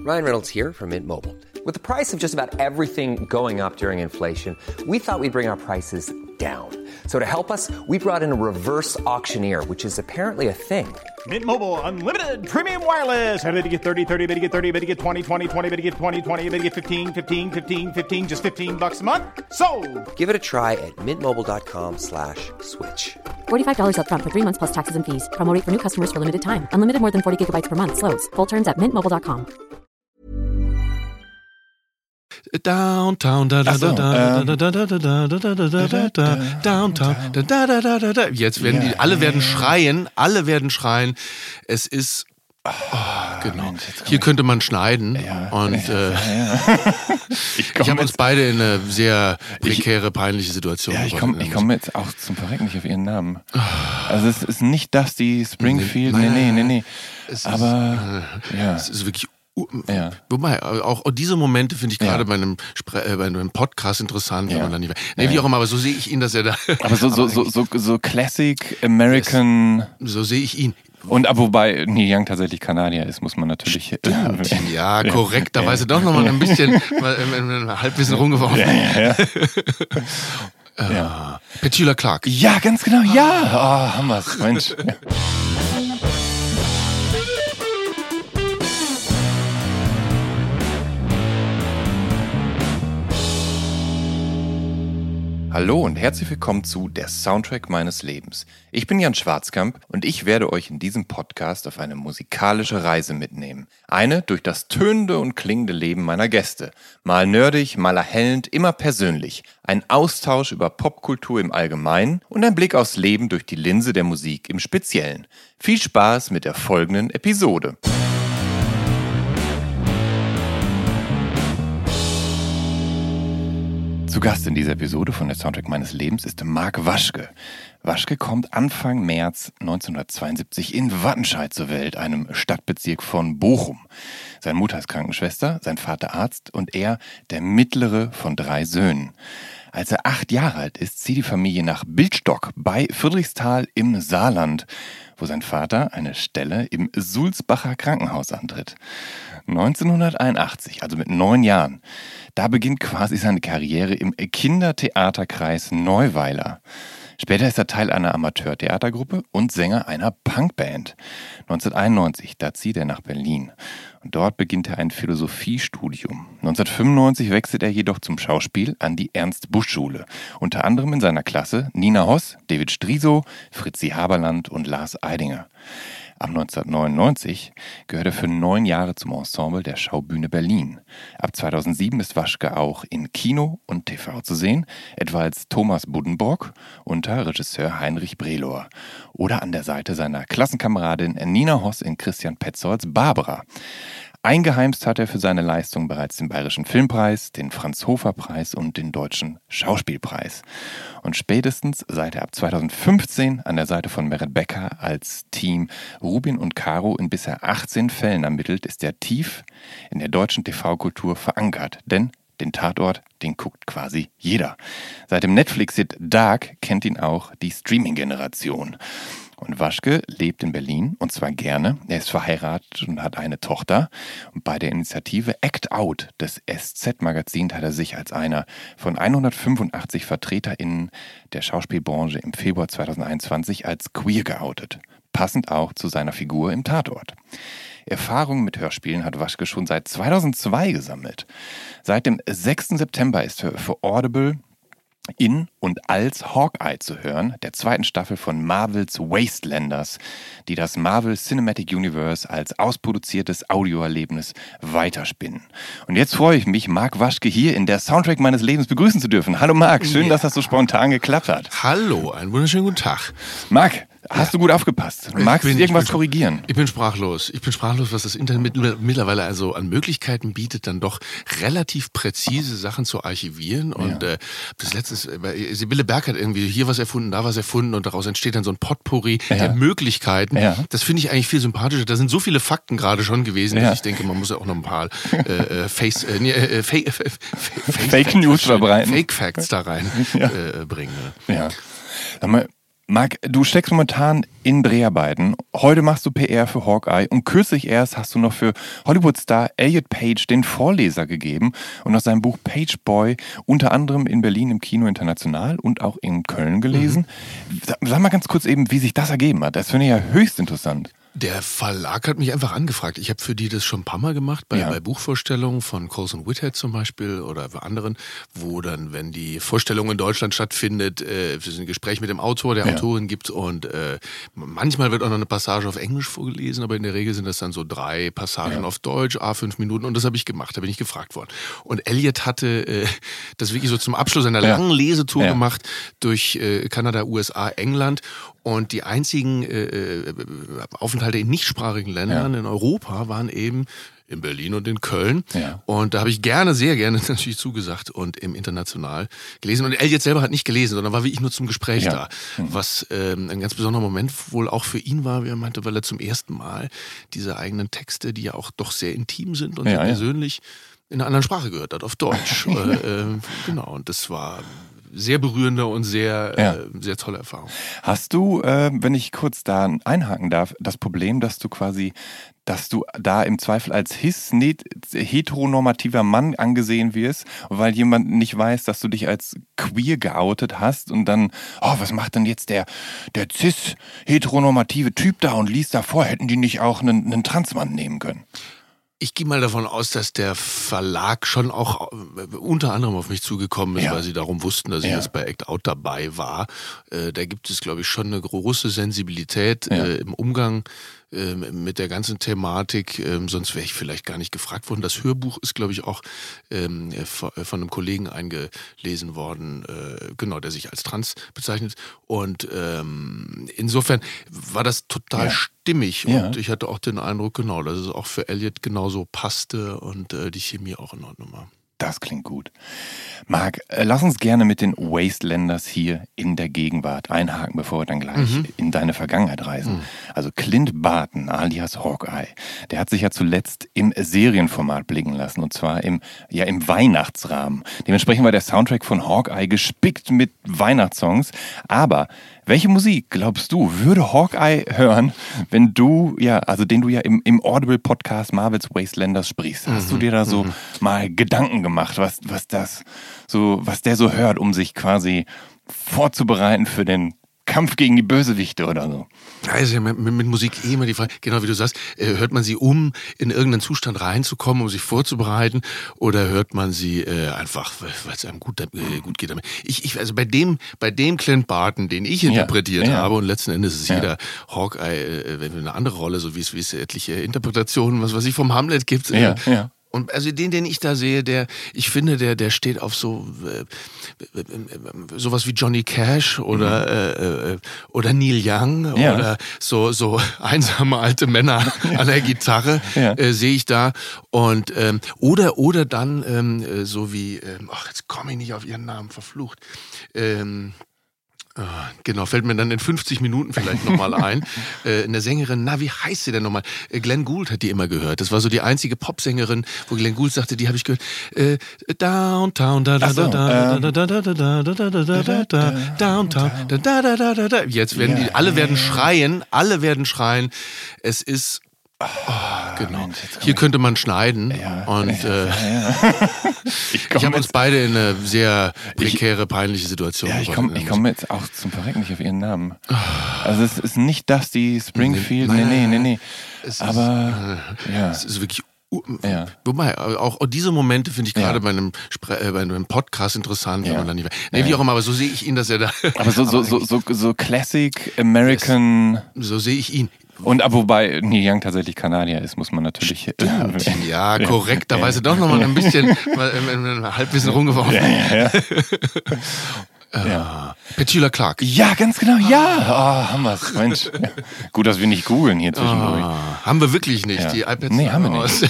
Ryan Reynolds here from Mint Mobile. With the price of just about everything going up during inflation, we thought we'd bring our prices down. So to help us, we brought in a reverse auctioneer, which is apparently a thing. Mint Mobile Unlimited Premium Wireless. How to get 30, 30, bit to get 30, bit to get 20, 20, 20, bit to get 20, 20, bit to get 15, 15, 15, 15, just $15 a month? Sold! Give it a try at mintmobile.com/switch. $45 up front for 3 months plus taxes and fees. Promo rate for new customers for limited time. Unlimited more than 40 gigabytes per month. Slows full terms at mintmobile.com. Downtown, Downtown, Jetzt werden alle werden schreien. Es ist, genau. Mensch, hier könnte man schneiden und ich habe uns beide in eine sehr prekäre, peinliche Situation. Ja, ich komme jetzt auch zum Verrecken nicht auf ihren Namen. Also es ist nicht Dusty Springfield, nee. Es ist wirklich. Ja. Wobei, auch diese Momente finde ich gerade bei einem Podcast interessant. Wenn man dann wie auch immer, aber so sehe ich ihn, dass er da... Aber so Classic American... So sehe ich ihn. Und wobei Neil Young tatsächlich Kanadier ist, muss man natürlich... Ja, korrekt, da weiß er doch nochmal ein bisschen Halbwissen rumgeworfen. Petula Clark. Ja, ganz genau, ja. Oh, Hammers, Mensch. Hallo und herzlich willkommen zu Der Soundtrack meines Lebens. Ich bin Jan Schwarzkamp und ich werde euch in diesem Podcast auf eine musikalische Reise mitnehmen. Eine durch das tönende und klingende Leben meiner Gäste. Mal nerdig, mal erhellend, immer persönlich. Ein Austausch über Popkultur im Allgemeinen und ein Blick aufs Leben durch die Linse der Musik im Speziellen. Viel Spaß mit der folgenden Episode. Zu Gast in dieser Episode von der Soundtrack meines Lebens ist Marc Waschke. Waschke kommt Anfang März 1972 in Wattenscheid zur Welt, einem Stadtbezirk von Bochum. Seine Mutter ist Krankenschwester, sein Vater Arzt und er der mittlere von 3 Söhnen. Als er 8 Jahre alt ist, zieht die Familie nach Bildstock bei Friedrichsthal im Saarland, wo sein Vater eine Stelle im Sulzbacher Krankenhaus antritt. 1981, also mit 9 Jahren, da beginnt quasi seine Karriere im Kindertheaterkreis Neuweiler. Später ist er Teil einer Amateurtheatergruppe und Sänger einer Punkband. 1991, da zieht er nach Berlin. Und dort beginnt er ein Philosophiestudium. 1995 wechselt er jedoch zum Schauspiel an die Ernst-Busch-Schule. Unter anderem in seiner Klasse Nina Hoss, David Strisow, Fritzi Haberland und Lars Eidinger. Ab 1999 gehört er für 9 Jahre zum Ensemble der Schaubühne Berlin. Ab 2007 ist Waschke auch in Kino und TV zu sehen, etwa als Thomas Buddenbrock unter Regisseur Heinrich Brelohr oder an der Seite seiner Klassenkameradin Nina Hoss in Christian Petzolds Barbara. Eingeheimst hat er für seine Leistung bereits den Bayerischen Filmpreis, den Franz-Hofer-Preis und den Deutschen Schauspielpreis. Und spätestens seit er ab 2015 an der Seite von Meret Becker als Team Rubin und Caro in bisher 18 Fällen ermittelt, ist er tief in der deutschen TV-Kultur verankert. Denn den Tatort, den guckt quasi jeder. Seit dem Netflix-Hit Dark kennt ihn auch die Streaming-Generation. Und Waschke lebt in Berlin und zwar gerne. Er ist verheiratet und hat eine Tochter. Und bei der Initiative Act Out des SZ-Magazins hat er sich als einer von 185 VertreterInnen der Schauspielbranche im Februar 2021 als queer geoutet. Passend auch zu seiner Figur im Tatort. Erfahrungen mit Hörspielen hat Waschke schon seit 2002 gesammelt. Seit dem 6. September ist er für Audible in und als Hawkeye zu hören, der 2. Staffel von Marvels Wastelanders, die das Marvel Cinematic Universe als ausproduziertes Audioerlebnis weiterspinnen. Und jetzt freue ich mich, Marc Waschke hier in der Soundtrack meines Lebens begrüßen zu dürfen. Hallo Marc, schön, dass das so spontan geklappt hat. Hallo, einen wunderschönen guten Tag. Marc, hast du gut aufgepasst? Magst du irgendwas korrigieren? Ich bin sprachlos. Was das Internet mittlerweile also an Möglichkeiten bietet, dann doch relativ präzise Sachen zu archivieren. Und das letztes, Sibylle Berg hat irgendwie hier was erfunden, da was erfunden und daraus entsteht dann so ein Potpourri der Möglichkeiten. Ja. Das finde ich eigentlich viel sympathischer. Da sind so viele Fakten gerade schon gewesen, dass ich denke, man muss ja auch noch ein paar Fake News verbreiten. Fake Facts da rein bringen. Ja. Sag mal, Marc, du steckst momentan in Dreharbeiten. Heute machst du PR für Hawkeye und kürzlich erst hast du noch für Hollywood-Star Elliot Page den Vorleser gegeben und aus seinem Buch Page Boy unter anderem in Berlin im Kino International und auch in Köln gelesen. Sag mal ganz kurz eben, wie sich das ergeben hat. Das finde ich ja höchst interessant. Der Verlag hat mich einfach angefragt. Ich habe für die das schon ein paar Mal gemacht, bei Buchvorstellungen von Colson Whitehead zum Beispiel oder bei anderen, wo dann, wenn die Vorstellung in Deutschland stattfindet, es ein Gespräch mit dem Autor, der Autorin gibt und manchmal wird auch noch eine Passage auf Englisch vorgelesen, aber in der Regel sind das dann so 3 Passagen auf Deutsch, 5 Minuten und das habe ich gemacht, da bin ich gefragt worden. Und Elliot hatte das wirklich so zum Abschluss einer langen Lesetour gemacht durch Kanada, USA, England. Und die einzigen Aufenthalte in nichtsprachigen Ländern in Europa waren eben in Berlin und in Köln. Ja. Und da habe ich sehr gerne natürlich zugesagt und im International gelesen. Und Elliot selber hat nicht gelesen, sondern war wirklich nur zum Gespräch da. Was ein ganz besonderer Moment wohl auch für ihn war, wie er meinte, weil er zum ersten Mal diese eigenen Texte, die ja auch doch sehr intim sind und sehr persönlich, in einer anderen Sprache gehört hat, auf Deutsch. Genau, und das war sehr berührende und sehr tolle Erfahrung. Hast du, wenn ich kurz da einhaken darf, das Problem, dass du da im Zweifel als heteronormativer Mann angesehen wirst, weil jemand nicht weiß, dass du dich als queer geoutet hast und dann, was macht denn jetzt der cis-heteronormative Typ da und liest davor, hätten die nicht auch einen Transmann nehmen können? Ich gehe mal davon aus, dass der Verlag schon auch unter anderem auf mich zugekommen ist, weil sie darum wussten, dass ich jetzt bei Act Out dabei war. Da gibt es, glaube ich, schon eine große Sensibilität im Umgang mit der ganzen Thematik, sonst wäre ich vielleicht gar nicht gefragt worden. Das Hörbuch ist, glaube ich, auch von einem Kollegen eingelesen worden, der sich als trans bezeichnet. Und insofern war das total stimmig und ich hatte auch den Eindruck, dass es auch für Elliot genauso passte und die Chemie auch in Ordnung war. Das klingt gut. Marc, lass uns gerne mit den Wastelanders hier in der Gegenwart einhaken, bevor wir dann gleich in deine Vergangenheit reisen. Also Clint Barton, alias Hawkeye, der hat sich ja zuletzt im Serienformat blicken lassen und zwar im Weihnachtsrahmen. Dementsprechend war der Soundtrack von Hawkeye gespickt mit Weihnachtssongs. Aber welche Musik, glaubst du, würde Hawkeye hören, wenn du, den du im Audible-Podcast Marvel's Wastelanders sprichst? Hast du dir da so mal Gedanken gemacht, was der so hört, um sich quasi vorzubereiten für den Kampf gegen die Bösewichte oder so? Ja, ist ja mit Musik immer die Frage, genau wie du sagst, hört man sie in irgendeinen Zustand reinzukommen, um sich vorzubereiten, oder hört man sie einfach, weil es einem gut geht damit? Also bei dem Clint Barton, den ich interpretiert habe, und letzten Endes ist jeder Hawkeye, wenn eine andere Rolle, so wie es etliche Interpretationen, was weiß ich, vom Hamlet gibt, Und also den ich da sehe, der steht auf sowas wie Johnny Cash oder Neil Young oder so einsame alte Männer an der Gitarre sehe ich da und oder dann so wie jetzt komme ich nicht auf ihren Namen, verflucht. Genau, fällt mir dann in 50 Minuten vielleicht nochmal ein. Eine Sängerin, wie heißt sie denn nochmal? Glenn Gould hat die immer gehört. Das war so die einzige Popsängerin, wo Glenn Gould sagte, die habe ich gehört. Downtown, Downtown, Jetzt werden die, alle werden schreien. Es ist genau. Mensch, hier könnte man schneiden und ich habe uns beide in eine sehr prekäre, peinliche Situation gebracht. Ich komme jetzt auch zum Verrecken nicht auf ihren Namen. Also es ist nicht Dusty Springfield, nee. Es ist wirklich wobei, auch diese Momente finde ich gerade bei einem Podcast interessant, wenn man dann nicht wie auch immer, aber so sehe ich ihn, dass er da. Aber so Classic American. So sehe ich ihn. Und wobei Neil Young tatsächlich Kanadier ist, muss man natürlich. Ja, korrekterweise doch nochmal ein bisschen ein Halbwissen rumgeworfen. Petula Clark. Ja, ganz genau, haben wir es. Mensch. Gut, dass wir nicht googeln hier zwischendurch. Haben wir wirklich nicht. Die iPads haben wir nicht.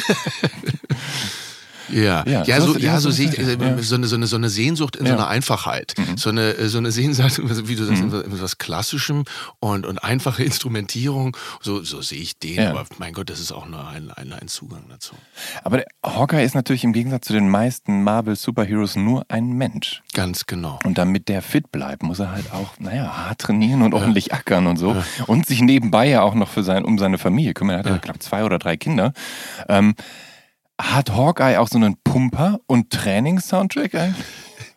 So sehe ich so eine Sehnsucht in so einer Einfachheit, so eine Sehnsucht, wie du sagst, in was Klassischem und einfache Instrumentierung, so sehe ich den, aber mein Gott, das ist auch nur ein Zugang dazu. Aber der Hawkeye ist natürlich im Gegensatz zu den meisten Marvel-Superheroes nur ein Mensch. Ganz genau. Und damit der fit bleibt, muss er halt auch, hart trainieren und ordentlich ackern und so. Ja. Und sich nebenbei ja auch noch um seine Familie kümmern. Er hat ja, glaube 2 oder 3 Kinder. Hat Hawkeye auch so einen Pumper- und Trainings-Soundtrack eigentlich?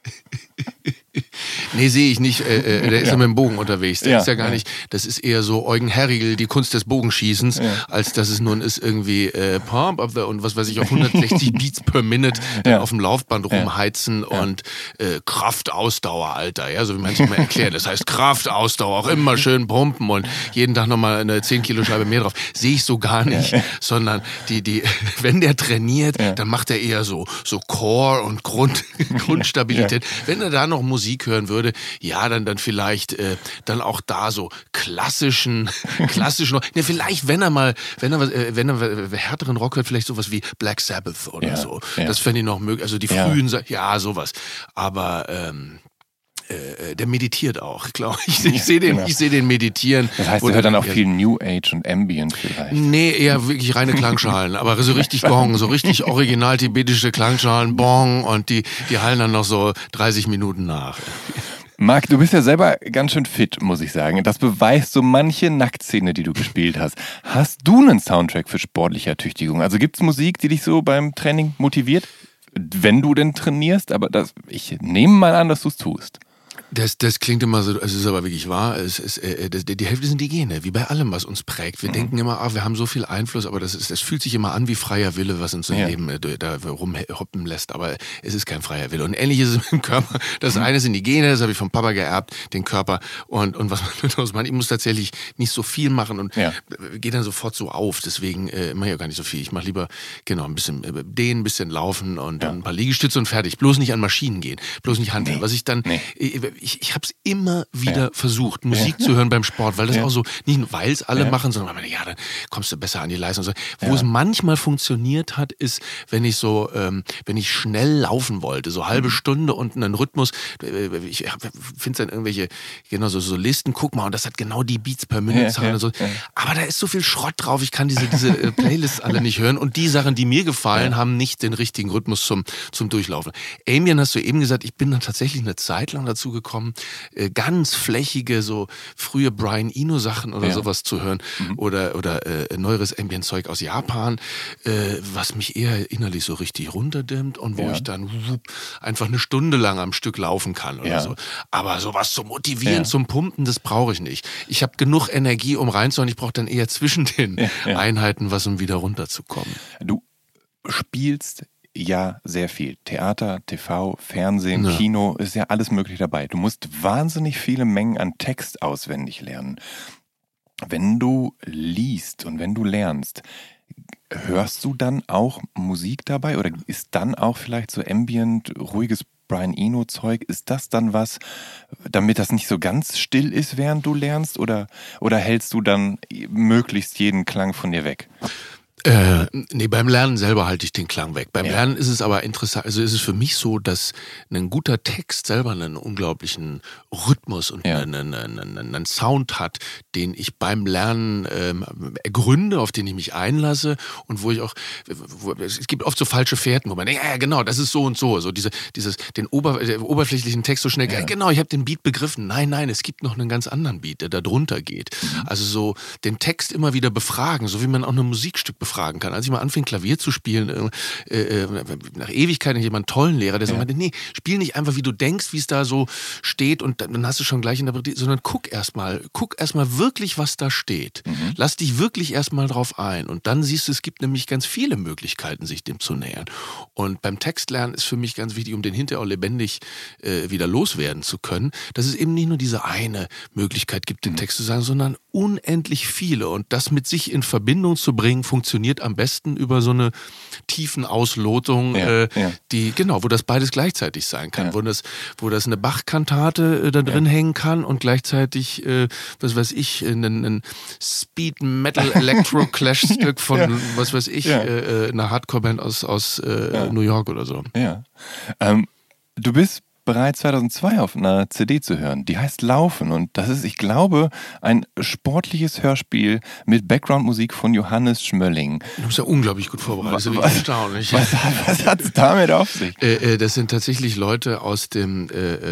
Nee, sehe ich nicht. Der ist ja mit dem Bogen unterwegs. Der ist ja gar nicht, das ist eher so Eugen Herrigel, die Kunst des Bogenschießens, als dass es nun ist irgendwie Pump up und was weiß ich, auf 160 Beats per Minute auf dem Laufband rumheizen und Kraftausdauer, Alter. Ja, so wie man es immer erklärt. Das heißt Kraftausdauer, auch immer schön pumpen und jeden Tag nochmal eine 10 Kilo Scheibe mehr drauf. Sehe ich so gar nicht, sondern wenn der trainiert, dann macht er eher so Core und Grundstabilität. Wenn er da noch Musik hören würde, ja, dann vielleicht dann auch da so klassischen, vielleicht wenn er härteren Rock hört, vielleicht sowas wie Black Sabbath oder so. Ja. Das fände ich noch möglich, also die frühen, sowas. Aber der meditiert auch, glaube ich. Ich sehe den meditieren. Das heißt, er hört dann auch viel New Age und Ambient vielleicht. Nee, eher wirklich reine Klangschalen. Aber so richtig Gong, so richtig original tibetische Klangschalen, Bong, und die hallen dann noch so 30 Minuten nach. Marc, du bist ja selber ganz schön fit, muss ich sagen. Das beweist so manche Nacktszene, die du gespielt hast. Hast du einen Soundtrack für sportliche Ertüchtigung? Also gibt's Musik, die dich so beim Training motiviert? Wenn du denn trainierst, aber ich nehme mal an, dass du es tust. Das klingt immer so, es ist aber wirklich wahr, die Hälfte sind die Gene, wie bei allem, was uns prägt. Wir denken immer, wir haben so viel Einfluss, aber das fühlt sich immer an wie freier Wille, was uns im Leben da rumhoppen lässt, aber es ist kein freier Wille. Und ähnlich ist es mit dem Körper. Das eine sind die Gene, das habe ich vom Papa geerbt, den Körper, und was man daraus macht. Ich muss tatsächlich nicht so viel machen und gehe dann sofort so auf, deswegen mache ich auch gar nicht so viel. Ich mache lieber, ein bisschen dehnen, ein bisschen laufen und dann ein paar Liegestütze und fertig. Bloß nicht an Maschinen gehen, bloß nicht handeln. Was ich dann... Ich habe es immer wieder versucht, Musik zu hören beim Sport, weil das auch so, nicht nur weil es alle machen, sondern weil dann kommst du besser an die Leistung. So. Wo es manchmal funktioniert hat, ist, wenn ich schnell laufen wollte, so halbe Stunde und einen Rhythmus, ich finde dann irgendwelche, so Listen, guck mal, und das hat genau die Beats per Minute und so. Aber da ist so viel Schrott drauf, ich kann diese Playlists alle nicht hören, und die Sachen, die mir gefallen, haben nicht den richtigen Rhythmus zum Durchlaufen. Ambient, hast du eben gesagt, ich bin dann tatsächlich eine Zeit lang dazu gekommen, ganz flächige, so frühe Brian Eno Sachen oder sowas zu hören, oder neueres Ambient-Zeug aus Japan, was mich eher innerlich so richtig runterdimmt und wo ich dann einfach eine Stunde lang am Stück laufen kann oder so. Aber sowas zum Motivieren, zum Pumpen, das brauche ich nicht. Ich habe genug Energie, um reinzuhauen. Ich brauche dann eher zwischen den Einheiten was, um wieder runterzukommen. Du spielst ja sehr viel. Theater, TV, Fernsehen, Kino, ist ja alles möglich dabei. Du musst wahnsinnig viele Mengen an Text auswendig lernen. Wenn du liest und wenn du lernst, hörst du dann auch Musik dabei? Oder ist dann auch vielleicht so ambient, ruhiges Brian Eno-Zeug? Ist das dann was, damit das nicht so ganz still ist, während du lernst? Oder hältst du dann möglichst jeden Klang von dir weg? Nee, beim Lernen selber halte ich den Klang weg. Beim Lernen ist es aber interessant, also ist es für mich so, dass ein guter Text selber einen unglaublichen Rhythmus und einen Sound hat, den ich beim Lernen ergründe, auf den ich mich einlasse, und wo ich auch, es gibt oft so falsche Fährten, wo man denkt, ja genau, das ist so und so, den oberflächlichen Text so schnell, genau, ich habe den Beat begriffen. Nein, es gibt noch einen ganz anderen Beat, der da drunter geht. Also so den Text immer wieder befragen, so wie man auch ein Musikstück befragen kann. Als ich mal anfing, Klavier zu spielen, nach Ewigkeit hatte ich einen tollen Lehrer, der so meinte, nee, spiel nicht einfach, wie du denkst, wie es da so steht, und dann hast du schon gleich interpretiert, sondern guck erstmal wirklich, was da steht. Lass dich wirklich erstmal drauf ein, und dann siehst du, es gibt nämlich ganz viele Möglichkeiten, sich dem zu nähern. Und beim Textlernen ist für mich ganz wichtig, um den hinterher auch lebendig wieder loswerden zu können, dass es eben nicht nur diese eine Möglichkeit gibt, den Text zu sagen, sondern unendlich viele, und das mit sich in Verbindung zu bringen, funktioniert am besten über so eine tiefen Auslotung, wo das beides gleichzeitig sein kann, wo das eine Bach-Kantate da drin hängen kann und gleichzeitig, ein Speed-Metal-Electro-Clash-Stück von, einer Hardcore-Band aus New York oder so. Ja. Du bist bereits 2002 auf einer CD zu hören. Die heißt Laufen und das ist, ich glaube, ein sportliches Hörspiel mit Background-Musik von Johannes Schmölling. Du bist ja unglaublich gut vorbereitet, das ist wirklich erstaunlich. Was hat es damit auf sich? Das sind tatsächlich Leute aus dem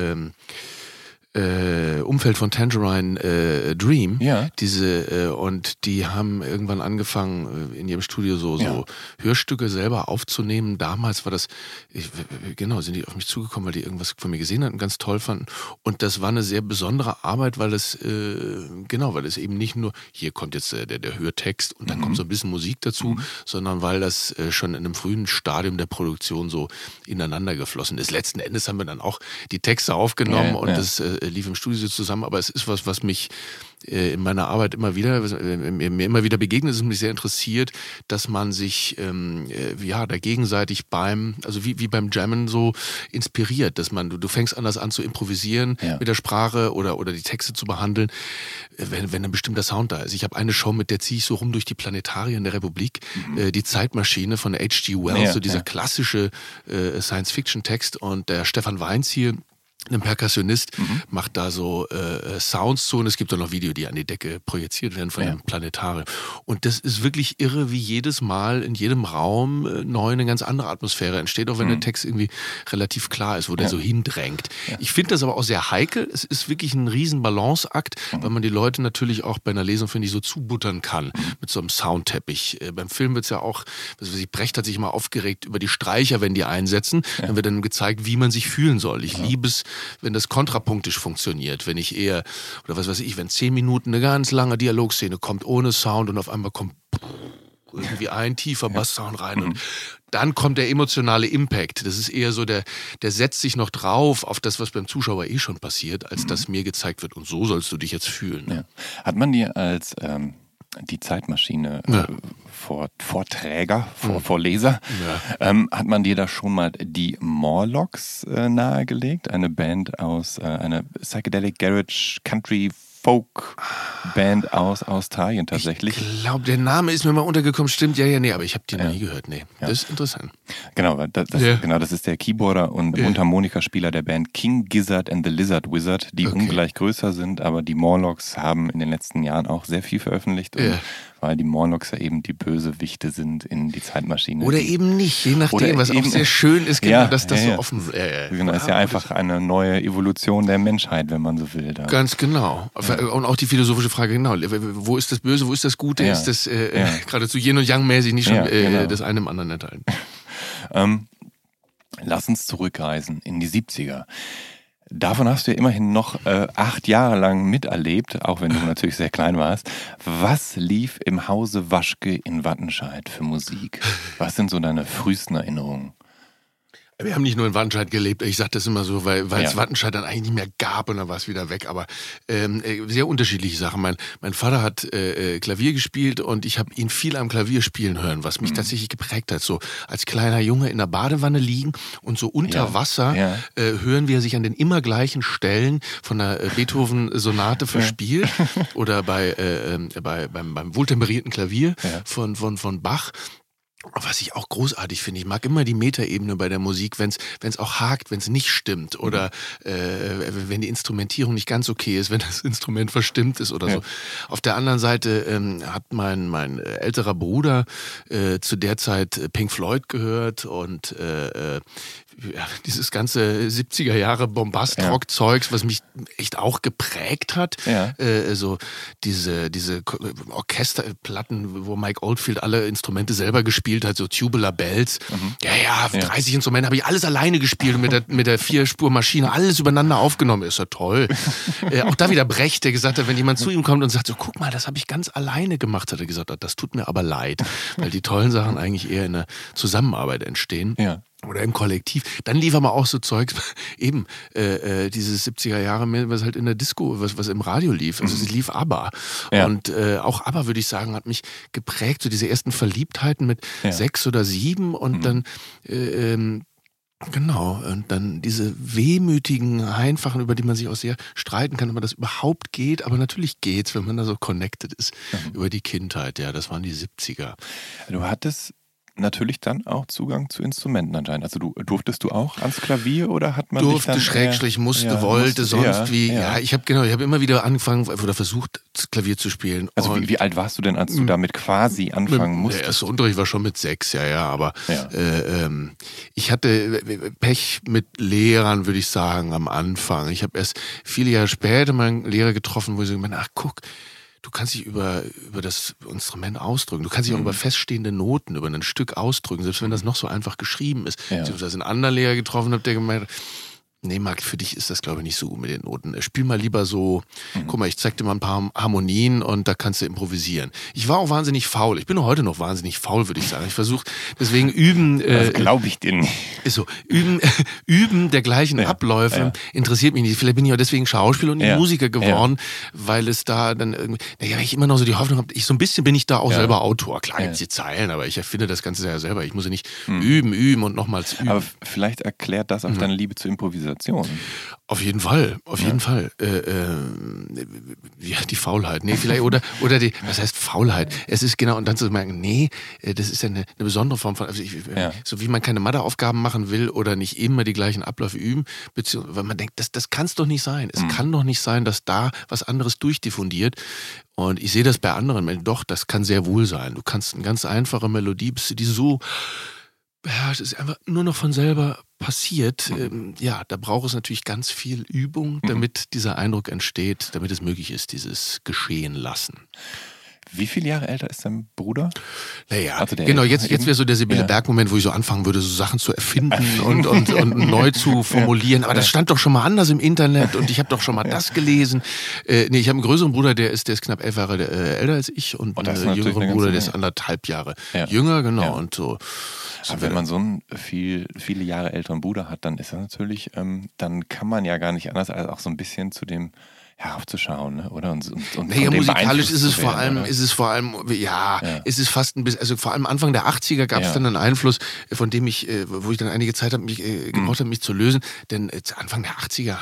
Umfeld von Tangerine Dream, Ja. Und die haben irgendwann angefangen, in ihrem Studio so Hörstücke selber aufzunehmen. Damals war das, sind die auf mich zugekommen, weil die irgendwas von mir gesehen hatten, ganz toll fanden. Und das war eine sehr besondere Arbeit, weil es eben nicht nur, hier kommt jetzt der Hörtext und dann kommt so ein bisschen Musik dazu, sondern weil das schon in einem frühen Stadium der Produktion so ineinander geflossen ist. Letzten Endes haben wir dann auch die Texte aufgenommen und das lief im Studio zusammen, aber es ist was mich in meiner Arbeit immer wieder begegnet ist und mich sehr interessiert, dass man sich da gegenseitig wie beim Jammen so inspiriert, dass du fängst anders an zu improvisieren mit der Sprache oder die Texte zu behandeln, wenn ein bestimmter Sound da ist. Ich habe eine Show, mit der ziehe ich so rum durch die Planetarien der Republik, die Zeitmaschine von H.G. Wells, so dieser klassische Science-Fiction-Text, und der Stefan Weins hier, ein Perkussionist, macht da so Sounds zu, und es gibt auch noch Video, die an die Decke projiziert werden von dem Planetarium. Und das ist wirklich irre, wie jedes Mal in jedem Raum neu eine ganz andere Atmosphäre entsteht, auch wenn der Text irgendwie relativ klar ist, wo der so hindrängt. Ja. Ich finde das aber auch sehr heikel. Es ist wirklich ein riesen Balanceakt, weil man die Leute natürlich auch bei einer Lesung, finde ich, so zubuttern kann mit so einem Soundteppich. Beim Film wird es ja auch, Brecht hat sich immer aufgeregt über die Streicher, wenn die einsetzen. Dann wird dann gezeigt, wie man sich fühlen soll. Ich liebe es, wenn das kontrapunktisch funktioniert, wenn ich eher, oder wenn 10 Minuten eine ganz lange Dialogszene kommt, ohne Sound, und auf einmal kommt irgendwie ein tiefer Basssound rein und dann kommt der emotionale Impact. Das ist eher so, der setzt sich noch drauf auf das, was beim Zuschauer schon passiert, als dass mir gezeigt wird, und so sollst du dich jetzt fühlen. Ja. Hat man dir als die Zeitmaschine Vorträger, Vorleser, hat man dir da schon mal die Morlocks nahegelegt? Eine Band aus, eine Psychedelic Garage Country Folk Band aus Australien tatsächlich. Ich glaube, der Name ist mir mal untergekommen, stimmt, aber ich habe die noch nie gehört, Das ist interessant. Genau, das ist der Keyboarder und Mundharmonikaspieler der Band King Gizzard and the Lizard Wizard, die ungleich größer sind, aber die Morlocks haben in den letzten Jahren auch sehr viel veröffentlicht, weil die Morlocks ja eben die Bösewichte sind in die Zeitmaschine. Oder eben nicht, je nachdem, was auch sehr schön ist, dass das so offen ist. Genau, ist ja einfach eine neue Evolution der Menschheit, wenn man so will. Da. Ganz genau. Und auch die philosophische Frage, wo ist das Böse, wo ist das Gute? Ist das geradezu Yin und Yang-mäßig nicht schon das eine im anderen enthalten? Lass uns zurückreisen in die 70er. Davon hast du ja immerhin noch 8 Jahre lang miterlebt, auch wenn du natürlich sehr klein warst. Was lief im Hause Waschke in Wattenscheid für Musik? Was sind so deine frühesten Erinnerungen? Wir haben nicht nur in Wattenscheid gelebt, ich sage das immer so, weil es Wattenscheid dann eigentlich nicht mehr gab und dann war es wieder weg, aber sehr unterschiedliche Sachen. Mein Vater hat Klavier gespielt und ich habe ihn viel am Klavier spielen hören, was mich tatsächlich geprägt hat. So als kleiner Junge in der Badewanne liegen und so unter Wasser hören, wie er sich an den immer gleichen Stellen von der Beethoven-Sonate verspielt oder beim wohltemperierten Klavier von Bach. Was ich auch großartig finde, ich mag immer die Metaebene bei der Musik, wenn es auch hakt, wenn es nicht stimmt oder wenn die Instrumentierung nicht ganz okay ist, wenn das Instrument verstimmt ist oder so. Auf der anderen Seite hat mein älterer Bruder zu der Zeit Pink Floyd gehört und dieses ganze 70er Jahre Bombast-Rock-Zeugs, was mich echt auch geprägt hat. So diese Orchesterplatten, wo Mike Oldfield alle Instrumente selber gespielt hat, so Tubular Bells. 30 Instrumente habe ich alles alleine gespielt und mit der 4-Spur-Maschine alles übereinander aufgenommen. Ist ja toll. Auch da wieder Brecht, der gesagt hat, wenn jemand zu ihm kommt und sagt so, guck mal, das habe ich ganz alleine gemacht, hat er gesagt, das tut mir aber leid, weil die tollen Sachen eigentlich eher in der Zusammenarbeit entstehen. Oder im Kollektiv. Dann lief aber auch so Zeugs, eben dieses 70er Jahre, was halt in der Disco, was im Radio lief. Also es lief ABBA. Und auch ABBA, würde ich sagen, hat mich geprägt. So diese ersten Verliebtheiten mit 6 oder 7 und dann genau, und dann diese wehmütigen Einfachen, über die man sich auch sehr streiten kann, ob das überhaupt geht, aber natürlich geht's, wenn man da so connected ist über die Kindheit. Ja, das waren die 70er. Du hattest natürlich dann auch Zugang zu Instrumenten anscheinend. Also durftest du auch ans Klavier oder hat man durfte, dich dann Schrägstrich, musste, wollte, sonst wie. Ja, ich habe immer wieder angefangen oder versucht, Klavier zu spielen. Also wie alt warst du denn, als du damit quasi anfangen musstest? Der erste Unterricht war schon mit 6, aber ich hatte Pech mit Lehrern, würde ich sagen, am Anfang. Ich habe erst viele Jahre später mal einen Lehrer getroffen, wo ich so gemeint, ach guck, du kannst dich über das Instrument ausdrücken. Du kannst dich auch über feststehende Noten, über ein Stück ausdrücken, selbst wenn das noch so einfach geschrieben ist. Ja. Ich habe einen anderen Lehrer getroffen, habe der gemeint, nee, Marc, für dich ist das, glaube ich, nicht so gut mit den Noten. Spiel mal lieber so, guck mal, ich zeig dir mal ein paar Harmonien und da kannst du improvisieren. Ich war auch wahnsinnig faul. Ich bin heute noch wahnsinnig faul, würde ich sagen. Ich versuche, deswegen üben. Das glaube ich dir nicht. Ist so, üben der gleichen Abläufe interessiert mich nicht. Vielleicht bin ich auch deswegen Schauspieler und nicht Musiker geworden, weil es da dann irgendwie, weil ich immer noch so die Hoffnung habe, so ein bisschen bin ich da auch selber Autor. Klar gibt's die Zeilen, aber ich erfinde das Ganze ja selber. Ich muss ja nicht üben und nochmals üben. Aber vielleicht erklärt das auch deine Liebe zur Improvisation. Auf jeden Fall, jeden Fall. Die Faulheit. Nee, vielleicht, oder die, was heißt Faulheit? Es ist genau, und dann zu merken, nee, das ist ja eine besondere Form von, so wie man keine Matheaufgaben machen will oder nicht immer die gleichen Abläufe üben, beziehungsweise, weil man denkt, das kann es doch nicht sein. Es kann doch nicht sein, dass da was anderes durchdiffundiert. Und ich sehe das bei anderen Menschen, doch, das kann sehr wohl sein. Du kannst eine ganz einfache Melodie, bis du die so, es ist einfach nur noch von selber passiert. Da braucht es natürlich ganz viel Übung, damit dieser Eindruck entsteht, damit es möglich ist, dieses Geschehen lassen. Wie viele Jahre älter ist dein Bruder? Naja, also genau, jetzt wäre so der Sibylle Berg-Moment, wo ich so anfangen würde, so Sachen zu erfinden und neu zu formulieren. Aber das stand doch schon mal anders im Internet und ich habe doch schon mal das gelesen. Ich habe einen größeren Bruder, der ist knapp 11 Jahre älter als ich und einen jüngeren Bruder, der ist 1,5 Jahre jünger, genau. Ja. Und so. Aber wenn man so einen viele Jahre älteren Bruder hat, dann ist das natürlich, dann kann man ja gar nicht anders als auch so ein bisschen zu dem aufzuschauen, ne? Oder? Und musikalisch ist es vor allem, es ist fast ein bisschen, also vor allem Anfang der 80er gab es dann einen Einfluss, von dem wo ich dann einige Zeit gebraucht habe, mich zu lösen, denn Anfang der 80er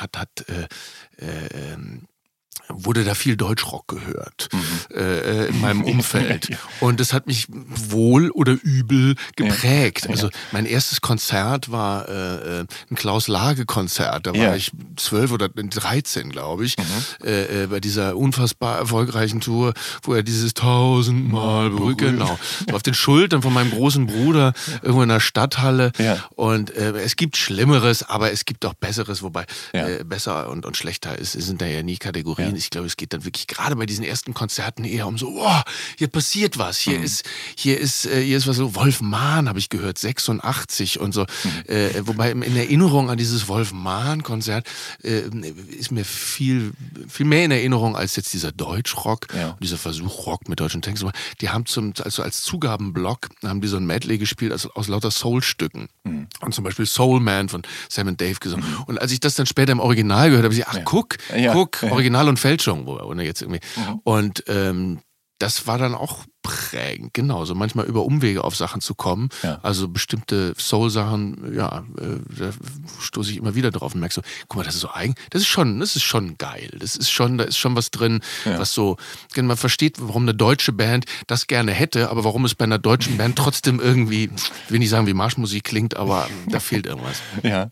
wurde da viel Deutschrock gehört in meinem Umfeld. Und das hat mich wohl oder übel geprägt. Also mein erstes Konzert war ein Klaus-Lage-Konzert. Da war ich 12 oder 13, glaube ich, bei dieser unfassbar erfolgreichen Tour, wo er dieses 1000-mal Brücke, genau, so auf den Schultern von meinem großen Bruder irgendwo in der Stadthalle. Ja. Und es gibt Schlimmeres, aber es gibt auch Besseres, wobei besser und schlechter sind da ja nie Kategorien. Ich glaube, es geht dann wirklich gerade bei diesen ersten Konzerten eher um so, hier passiert was, hier ist was so, Wolf Mahn habe ich gehört, 86 und so. Wobei in Erinnerung an dieses Wolf Mahn-Konzert ist mir viel mehr in Erinnerung als jetzt dieser Deutschrock und dieser Versuch, Rock mit deutschen Texten. Die haben als Zugabenblock haben die so ein Medley gespielt aus lauter Soul-Stücken. Und zum Beispiel Soul Man von Sam & Dave gesungen. Und als ich das dann später im Original gehört habe, ich gesagt, guck, Original und Fälschung, oder jetzt irgendwie. Und das war dann auch prägend, genau, so manchmal über Umwege auf Sachen zu kommen. Ja. Also bestimmte Soul-Sachen, da stoße ich immer wieder drauf und merke so, guck mal, das ist so eigen, das ist schon geil. Da ist schon was drin, was so, man versteht, warum eine deutsche Band das gerne hätte, aber warum es bei einer deutschen Band trotzdem irgendwie, ich will nicht sagen, wie Marschmusik klingt, aber da fehlt irgendwas. Ja,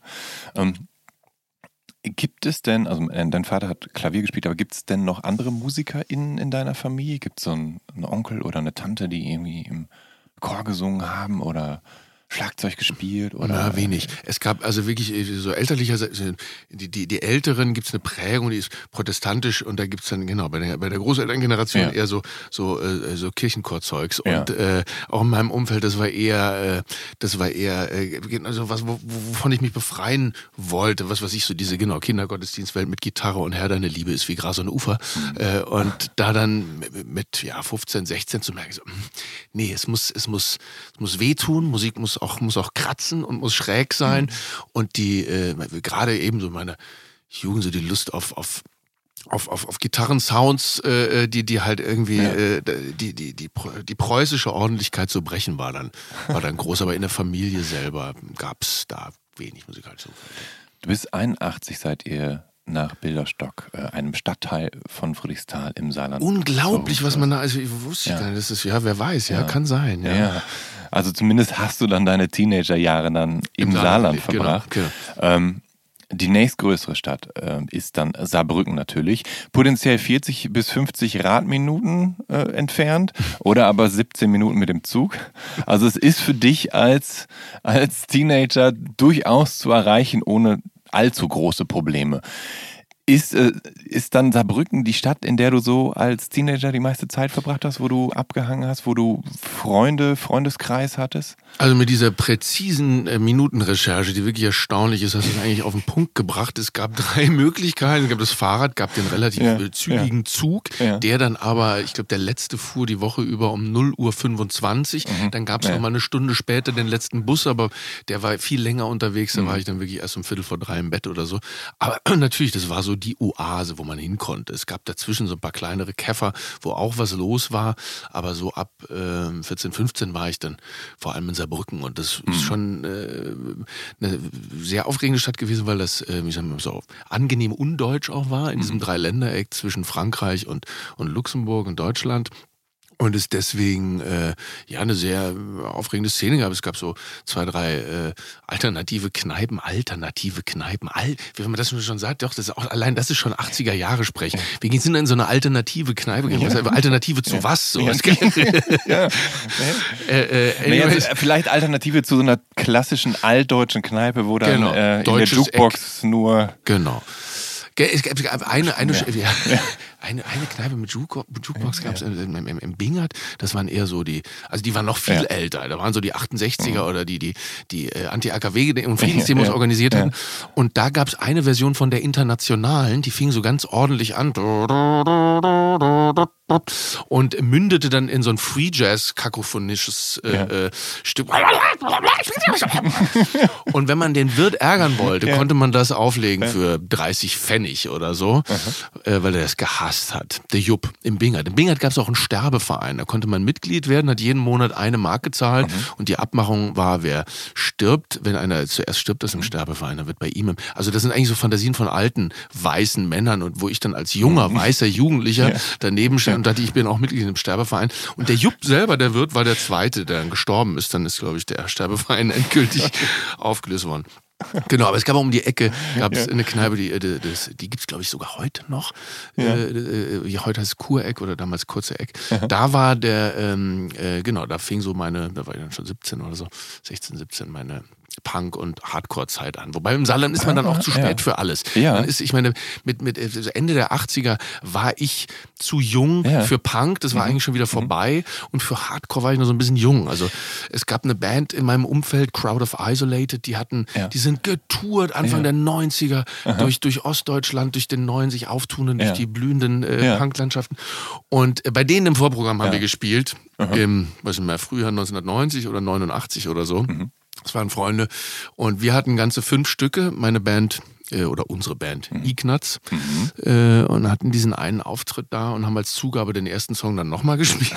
gibt es denn, also dein Vater hat Klavier gespielt, aber gibt es denn noch andere Musiker in deiner Familie? Gibt es so einen Onkel oder eine Tante, die irgendwie im Chor gesungen haben oder Schlagzeug gespielt? Oder? Na, wenig. Es gab also wirklich so elterlicherseits, die Älteren gibt es eine Prägung, die ist protestantisch und da gibt es dann, genau, bei der Großelterngeneration eher so Kirchenchorzeugs. Und auch in meinem Umfeld, das war eher also was, wovon ich mich befreien wollte, was weiß ich, so diese, Kindergottesdienstwelt mit Gitarre und Herr, deine Liebe ist wie Gras und Ufer. Und da dann mit 15, 16 zu merken, so, nee, es muss wehtun, Musik muss auch kratzen und muss schräg sein. Und die, gerade eben so meine Jugend, so die Lust auf Gitarrensounds, die halt irgendwie die preußische Ordentlichkeit zu brechen war dann groß, aber in der Familie selber gab's da wenig musikalische Umfeld. Du bist 81, seid ihr nach Bilderstock, einem Stadtteil von Friedrichsthal im Saarland. Unglaublich, was man da, also ich wusste gar nicht, das ist, wer weiß, kann sein. Ja. Also zumindest hast du dann deine Teenagerjahre dann im Saarland verbracht. Genau. Die nächstgrößere Stadt ist dann Saarbrücken natürlich. Potenziell 40 bis 50 Radminuten entfernt oder aber 17 Minuten mit dem Zug. Also es ist für dich als Teenager durchaus zu erreichen, ohne allzu große Probleme. Ist dann Saarbrücken die Stadt, in der du so als Teenager die meiste Zeit verbracht hast, wo du abgehangen hast, wo du Freundeskreis hattest? Also mit dieser präzisen Minutenrecherche, die wirklich erstaunlich ist, hast du es eigentlich auf den Punkt gebracht. Es gab 3 Möglichkeiten. Es gab das Fahrrad, gab den relativ zügigen Zug, der dann aber, ich glaube, der letzte fuhr die Woche über um 0:25 Uhr. Dann gab es noch mal eine Stunde später den letzten Bus, aber der war viel länger unterwegs. Da war ich dann wirklich erst um 2:45 im Bett oder so. Aber natürlich, das war so die Oase, wo man hin konnte. Es gab dazwischen so ein paar kleinere Käfer, wo auch was los war. Aber so ab 14, 15 war ich dann vor allem in Saarbrücken. Und das ist schon eine sehr aufregende Stadt gewesen, weil das so angenehm undeutsch auch war in diesem Dreiländereck zwischen Frankreich und Luxemburg und Deutschland. Und es deswegen eine sehr aufregende Szene gab. Es gab so 2, 3 alternative Kneipen. Wie man das schon sagt, doch, das ist auch, allein das ist schon 80er Jahre Sprech. Wir sind in so eine alternative Kneipe. Alternative zu was? So. Vielleicht Alternative zu so einer klassischen altdeutschen Kneipe, wo dann in der Jukebox nur... Genau. Es gab eine Kneipe mit Jukebox gab es im Bingert. Das waren eher so die waren noch viel älter. Da waren so die 68er oder die Anti-AKW und Friedensdemos organisiert hatten. Und da gab es eine Version von der Internationalen, die fing so ganz ordentlich an und mündete dann in so ein Free Jazz kakophonisches Stück. Und wenn man den Wirt ärgern wollte, konnte man das auflegen für 30 Pfennig oder so, weil er das gehasst hat. Der Jupp im Bingert. Im Bingert gab es auch einen Sterbeverein. Da konnte man Mitglied werden, hat jeden Monat 1 Mark gezahlt und die Abmachung war, wer stirbt, wenn einer zuerst stirbt, das im Sterbeverein, dann wird bei ihm... Also das sind eigentlich so Fantasien von alten, weißen Männern und wo ich dann als junger, weißer Jugendlicher daneben stand und dachte, ich bin auch Mitglied im Sterbeverein. Und der Jupp selber, der Wirt, war der Zweite, der dann gestorben ist. Dann ist, glaube ich, der Sterbeverein endgültig aufgelöst worden. Genau, aber es gab auch um die Ecke eine Kneipe, die gibt es, glaube ich, sogar heute noch. Heute heißt es Kureck oder damals Kurze Eck. Da war da fing so da war ich dann schon 17 oder so, 16, 17, meine Punk- und Hardcore-Zeit an. Wobei im Saarland ist man dann auch zu spät für alles. Ja. Dann ist, ich meine, mit Ende der 80er war ich zu jung für Punk, das war eigentlich schon wieder vorbei und für Hardcore war ich noch so ein bisschen jung. Also es gab eine Band in meinem Umfeld, Crowd of Isolated, die sind getourt Anfang der 90er durch Ostdeutschland, durch den neuen sich auftuenden, durch die blühenden Punklandschaften. Und bei denen im Vorprogramm haben wir gespielt, im Frühjahr 1990 oder 89 oder so. Das waren Freunde und wir hatten ganze 5 Stücke, meine Band oder unsere Band, Ignatz, und hatten diesen einen Auftritt da und haben als Zugabe den ersten Song dann nochmal gespielt.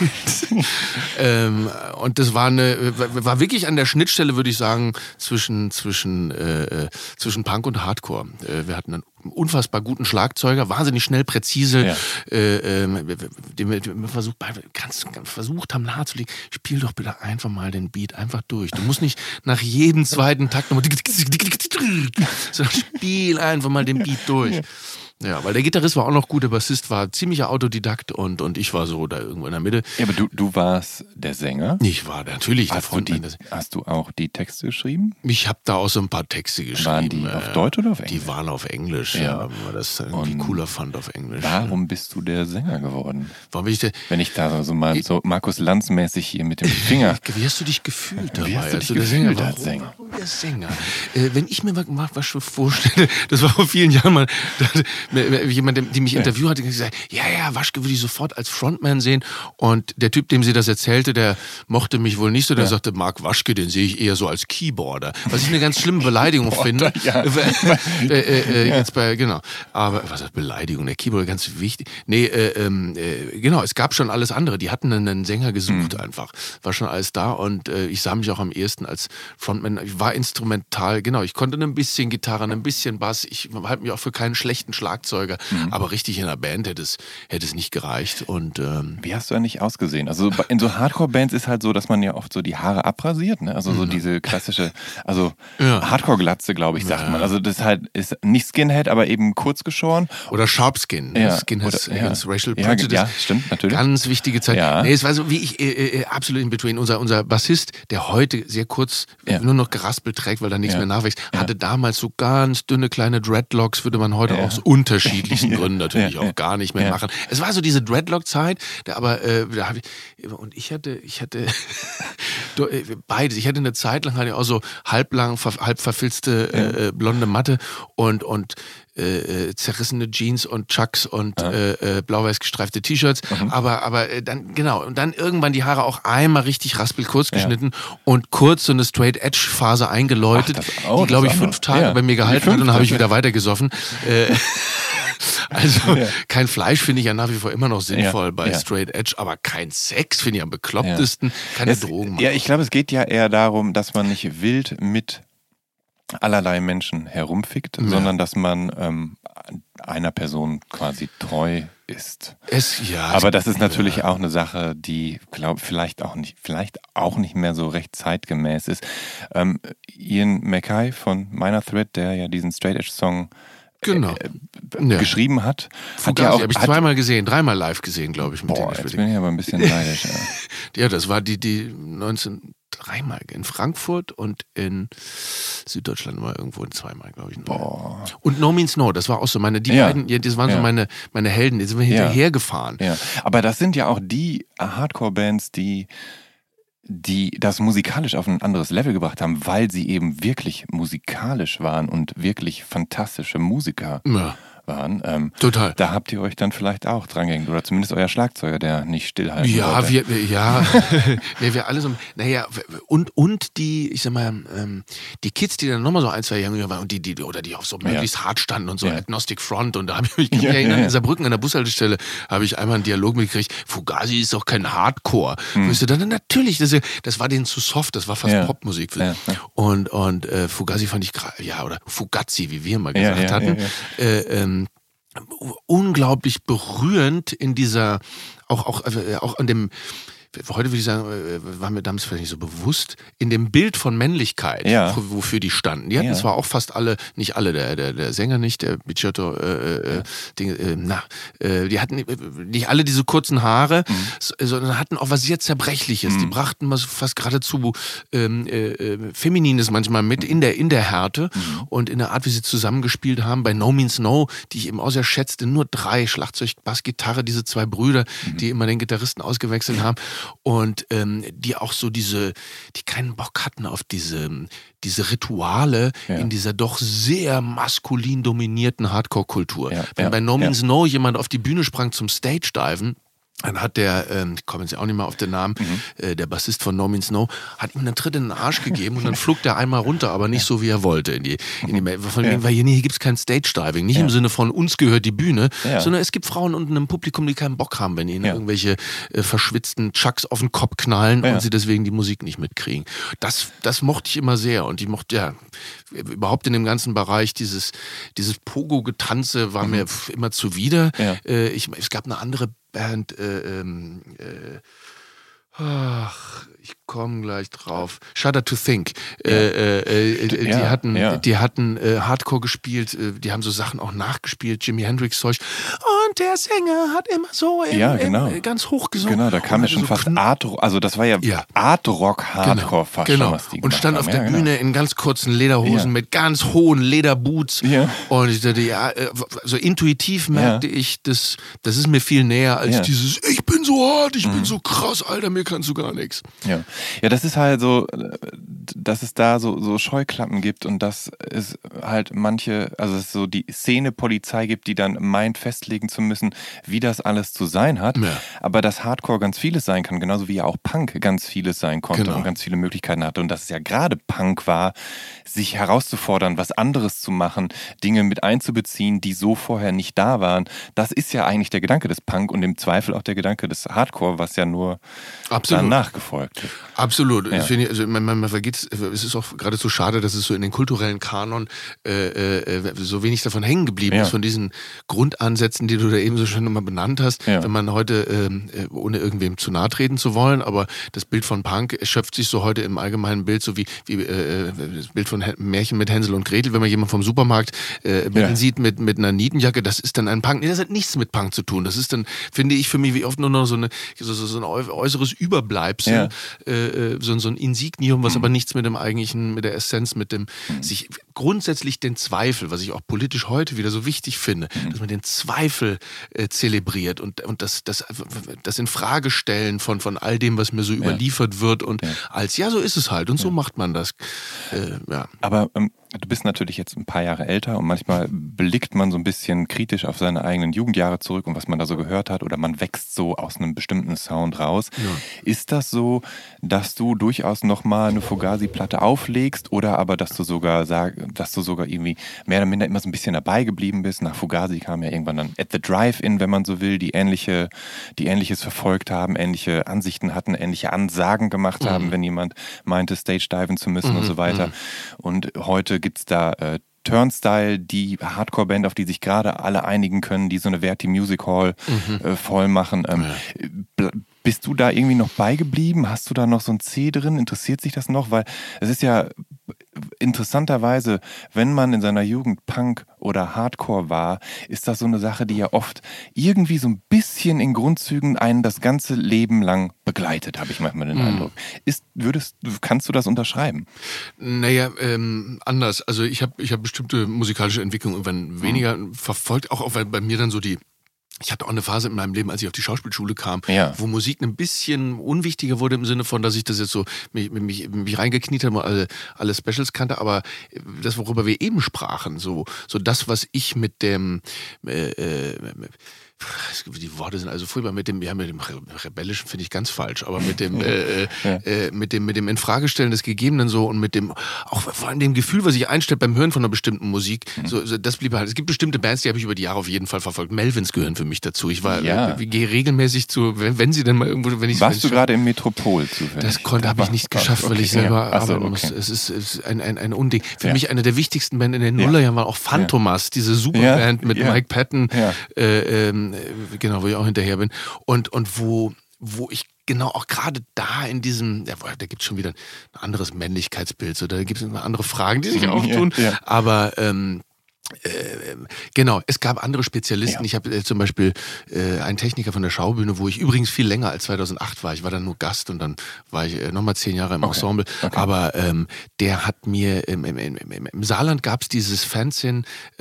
Und das war wirklich an der Schnittstelle, würde ich sagen, zwischen Punk und Hardcore. Wir hatten einen unfassbar guten Schlagzeuger, wahnsinnig schnell, präzise, den wir versucht haben nahezulegen. Spiel doch bitte einfach mal den Beat einfach durch. Du musst nicht nach jedem zweiten Takt nochmal sondern spiel einfach mal den Beat durch. Ja, weil der Gitarrist war auch noch gut, der Bassist war ziemlicher Autodidakt und ich war so da irgendwo in der Mitte. Ja, aber du warst der Sänger? Ich war natürlich der Frontmann. Hast du auch die Texte geschrieben? Ich habe da auch so ein paar Texte geschrieben. Waren die auf Deutsch oder auf Englisch? Die waren auf Englisch, weil das irgendwie cooler fand auf Englisch. Warum bist du der Sänger geworden? Warum bin ich der? Wenn ich da so mal so Markus Lanz-mäßig hier mit dem Finger... Wie hast du dich gefühlt dabei? Wie hast du dich gefühlt als Sänger? Warum der Sänger? Wenn ich mir was vorstelle, das war vor vielen Jahren mal... Jemand, die mich interviewt hat, hat gesagt, ja, Waschke würde ich sofort als Frontman sehen. Und der Typ, dem sie das erzählte, der mochte mich wohl nicht so. Der sagte, Mark Waschke, den sehe ich eher so als Keyboarder. Was ich eine ganz schlimme Beleidigung finde. Genau. Aber was heißt Beleidigung? Der Keyboarder, ganz wichtig. Nee, genau, es gab schon alles andere. Die hatten einen Sänger gesucht einfach. War schon alles da. Und ich sah mich auch am ehesten als Frontman. Ich war instrumental, genau. Ich konnte ein bisschen Gitarre, ein bisschen Bass. Ich halte mich auch für keinen schlechten Schlagzeuger. Schlagzeuger, aber richtig in der Band hätte es nicht gereicht. Und wie hast du eigentlich ausgesehen? Also in so Hardcore-Bands ist halt so, dass man ja oft so die Haare abrasiert, ne? Also so diese klassische, Hardcore-Glatze, glaube ich, sagt man. Also das ist nicht Skinhead, aber eben kurz geschoren. Oder Sharpskin, Skinheads against Racial Prejudice. Ja, stimmt, natürlich. Ganz wichtige Zeit. Ja. Nee, es war so wie ich, absolut in between. Unser Bassist, der heute sehr kurz nur noch geraspelt trägt, weil da nichts mehr nachwächst, hatte damals so ganz dünne kleine Dreadlocks, würde man heute aus unterschiedlichsten Gründen natürlich auch gar nicht mehr machen. Es war so diese Dreadlock-Zeit, aber da habe ich hatte beides. Ich hatte eine Zeit lang auch so halb verfilzte blonde Matte und zerrissene Jeans und Chucks und blau-weiß gestreifte T-Shirts, aber dann und dann irgendwann die Haare auch einmal richtig raspelkurz geschnitten und kurz so eine Straight-Edge-Phase eingeläutet, die glaube ich 5 Tage bei mir gehalten hat und dann habe ich wieder weitergesoffen. Also kein Fleisch finde ich ja nach wie vor immer noch sinnvoll bei Straight Edge, aber kein Sex finde ich am beklopptesten, keine Drogen machen. Ja, ich glaube, es geht ja eher darum, dass man nicht wild mit allerlei Menschen herumfickt, sondern dass man einer Person quasi treu ist. Aber das ist natürlich auch eine Sache, die, glaube vielleicht auch nicht mehr so recht zeitgemäß ist. Ian MacKaye von Minor Threat, der ja diesen Straight Edge Song geschrieben hat. Fugazi habe ich zweimal gesehen, 3-mal live gesehen, glaube ich. Jetzt bin ich aber ein bisschen neidisch. Ja, das war die 3-mal in Frankfurt und in Süddeutschland mal irgendwo 2-mal, glaube ich. Und No Means No, das war auch so beiden, das waren so meine Helden, die sind wir hinterher gefahren. Ja. Aber das sind ja auch die Hardcore-Bands, die das musikalisch auf ein anderes Level gebracht haben, weil sie eben wirklich musikalisch waren und wirklich fantastische Musiker waren. Total. Da habt ihr euch dann vielleicht auch dran gehängt, oder zumindest euer Schlagzeuger, der nicht stillhalten wollte. Wir alle so, und die, ich sag mal, die Kids, die dann nochmal so 1-2 Jahre jünger waren und die auf so möglichst hart standen und so Agnostic Front, und da habe ich mich erinnert, in Saarbrücken an der Bushaltestelle habe ich einmal einen Dialog mitgekriegt, Fugazi ist doch kein Hardcore. Weißt du, dann natürlich, das war denen zu soft, das war fast Popmusik. Und Fugazi fand ich oder Fugazi, wie wir mal gesagt hatten, unglaublich berührend in dieser, auch an dem, heute würde ich sagen, war mir damals vielleicht nicht so bewusst, in dem Bild von Männlichkeit, wofür die standen. Die hatten zwar auch fast alle, nicht alle, der Sänger nicht, der Bicciotto, die hatten nicht alle diese kurzen Haare, sondern hatten auch was sehr Zerbrechliches. Die brachten was fast geradezu Feminines manchmal mit in der Härte und in der Art, wie sie zusammengespielt haben. Bei No Means No, die ich eben auch sehr schätzte, nur 3, Schlagzeug, Bass, Gitarre, diese 2 Brüder, die immer den Gitarristen ausgewechselt haben. Und die auch so die keinen Bock hatten auf diese Rituale in dieser doch sehr maskulin dominierten Hardcore-Kultur. Wenn bei No Means No jemand auf die Bühne sprang zum Stage-Diven, dann hat der, ich komme jetzt auch nicht mehr auf den Namen, der Bassist von No Means No, hat ihm einen Tritt in den Arsch gegeben und dann flog der einmal runter, aber nicht so, wie er wollte. Weil hier gibt es kein Stage-Diving. Nicht im Sinne von, uns gehört die Bühne, sondern es gibt Frauen unten im Publikum, die keinen Bock haben, wenn ihnen irgendwelche verschwitzten Chucks auf den Kopf knallen und sie deswegen die Musik nicht mitkriegen. Das mochte ich immer sehr, und ich mochte, überhaupt in dem ganzen Bereich, dieses Pogo-Getanze war mir immer zuwider. Es gab eine andere Band, ich komme gleich drauf. Shudder to Think. Die hatten Hardcore gespielt, die haben so Sachen auch nachgespielt, Jimi Hendrix Zeug. Und der Sänger hat immer so ganz hoch gesungen. Genau, da kam ja schon so fast Art-Rock, also das war ja Art-Rock-Hardcore fast schon, was die und stand auf der Bühne in ganz kurzen Lederhosen mit ganz hohen Lederboots. Und so intuitiv merkte ich, das ist mir viel näher als dieses, ich bin so hart, ich bin so krass, Alter, mir kannst du gar nichts. Ja, das ist halt so, dass es da so Scheuklappen gibt und dass es halt also es so die Szene-Polizei gibt, die dann meint, festlegen zu müssen, wie das alles zu sein hat. Ja. Aber dass Hardcore ganz vieles sein kann, genauso wie ja auch Punk ganz vieles sein konnte Genau. und ganz viele Möglichkeiten hatte. Und dass es ja gerade Punk war, sich herauszufordern, was anderes zu machen, Dinge mit einzubeziehen, die so vorher nicht da waren. Das ist ja eigentlich der Gedanke des Punk und im Zweifel auch der Gedanke des Hardcore, was ja nur danach gefolgt ist. Absolut. Ja. Ich finde, also man vergisst, es ist auch geradezu schade, dass es so in den kulturellen Kanon so wenig davon hängen geblieben ist, von diesen Grundansätzen, die du da eben so schön nochmal benannt hast. Ja. Wenn man heute, ohne irgendwem zu nahe treten zu wollen, aber das Bild von Punk erschöpft sich so heute im allgemeinen Bild, so wie das Bild von Märchen mit Hänsel und Gretel, wenn man jemanden vom Supermarkt sieht mit einer Nietenjacke, das ist dann ein Punk. Nee, das hat nichts mit Punk zu tun. Das ist dann, finde ich, für mich wie oft nur noch so ein äußeres Überbleibsel, so ein Insignium, was aber nichts mit dem eigentlichen, mit der Essenz, mit dem sich grundsätzlich den Zweifel, was ich auch politisch heute wieder so wichtig finde, dass man den Zweifel zelebriert und das in Frage stellen von all dem, was mir so überliefert wird und als, so ist es halt und so macht man das. Aber du bist natürlich jetzt ein paar Jahre älter und manchmal blickt man so ein bisschen kritisch auf seine eigenen Jugendjahre zurück und was man da so gehört hat oder man wächst so aus einem bestimmten Sound raus. Ja. Ist das so, dass du durchaus nochmal eine Fugazi-Platte auflegst oder aber dass du sogar irgendwie mehr oder minder immer so ein bisschen dabei geblieben bist? Nach Fugazi kam ja irgendwann dann At the Drive-In, wenn man so will, die Ähnliches verfolgt haben, ähnliche Ansichten hatten, ähnliche Ansagen gemacht haben, wenn jemand meinte, Stage-Diven zu müssen und so weiter. Und heute gibt es da Turnstile, die Hardcore-Band, auf die sich gerade alle einigen können, die so eine Verti Music Hall voll machen. Bist du da irgendwie noch beigeblieben? Hast du da noch so ein C drin? Interessiert sich das noch? Weil es ist ja interessanterweise, wenn man in seiner Jugend Punk oder Hardcore war, ist das so eine Sache, die ja oft irgendwie so ein bisschen in Grundzügen einen das ganze Leben lang begleitet, habe ich manchmal den Eindruck. Kannst du das unterschreiben? Naja, anders. Also ich hab bestimmte musikalische Entwicklungen irgendwann weniger verfolgt, auch weil bei mir dann so ich hatte auch eine Phase in meinem Leben, als ich auf die Schauspielschule kam, wo Musik ein bisschen unwichtiger wurde im Sinne von, dass ich das jetzt so mich reingekniet habe und alle Specials kannte, aber das, worüber wir eben sprachen, so das, was ich mit dem die Worte sind also furchtbar, mit dem Rebellischen finde ich ganz falsch, aber mit dem mit dem Infragestellen des Gegebenen so und mit dem, auch vor allem dem Gefühl, was ich einstellt beim Hören von einer bestimmten Musik, so das blieb halt. Es gibt bestimmte Bands, die habe ich über die Jahre auf jeden Fall verfolgt. Melvins gehören für mich dazu. Ich gehe regelmäßig zu, wenn sie denn mal irgendwo, Warst du gerade im Metropol zufällig? Das habe ich nicht geschafft, weil ich selber arbeiten muss. Es ist ein Unding. Für mich eine der wichtigsten Bands in den Nullerjahren war auch Phantomas, diese Superband mit Mike Patton, genau, wo ich auch hinterher bin. Und wo ich genau auch gerade da in diesem, da gibt es schon wieder ein anderes Männlichkeitsbild, so, da gibt es immer andere Fragen, die sich auftun. Aber genau, es gab andere Spezialisten. Ich habe zum Beispiel einen Techniker von der Schaubühne, wo ich übrigens viel länger als 2008 war. Ich war dann nur Gast und dann war ich nochmal 10 Jahre im Ensemble. Okay. Aber der hat mir, im Saarland gab es dieses Fanzine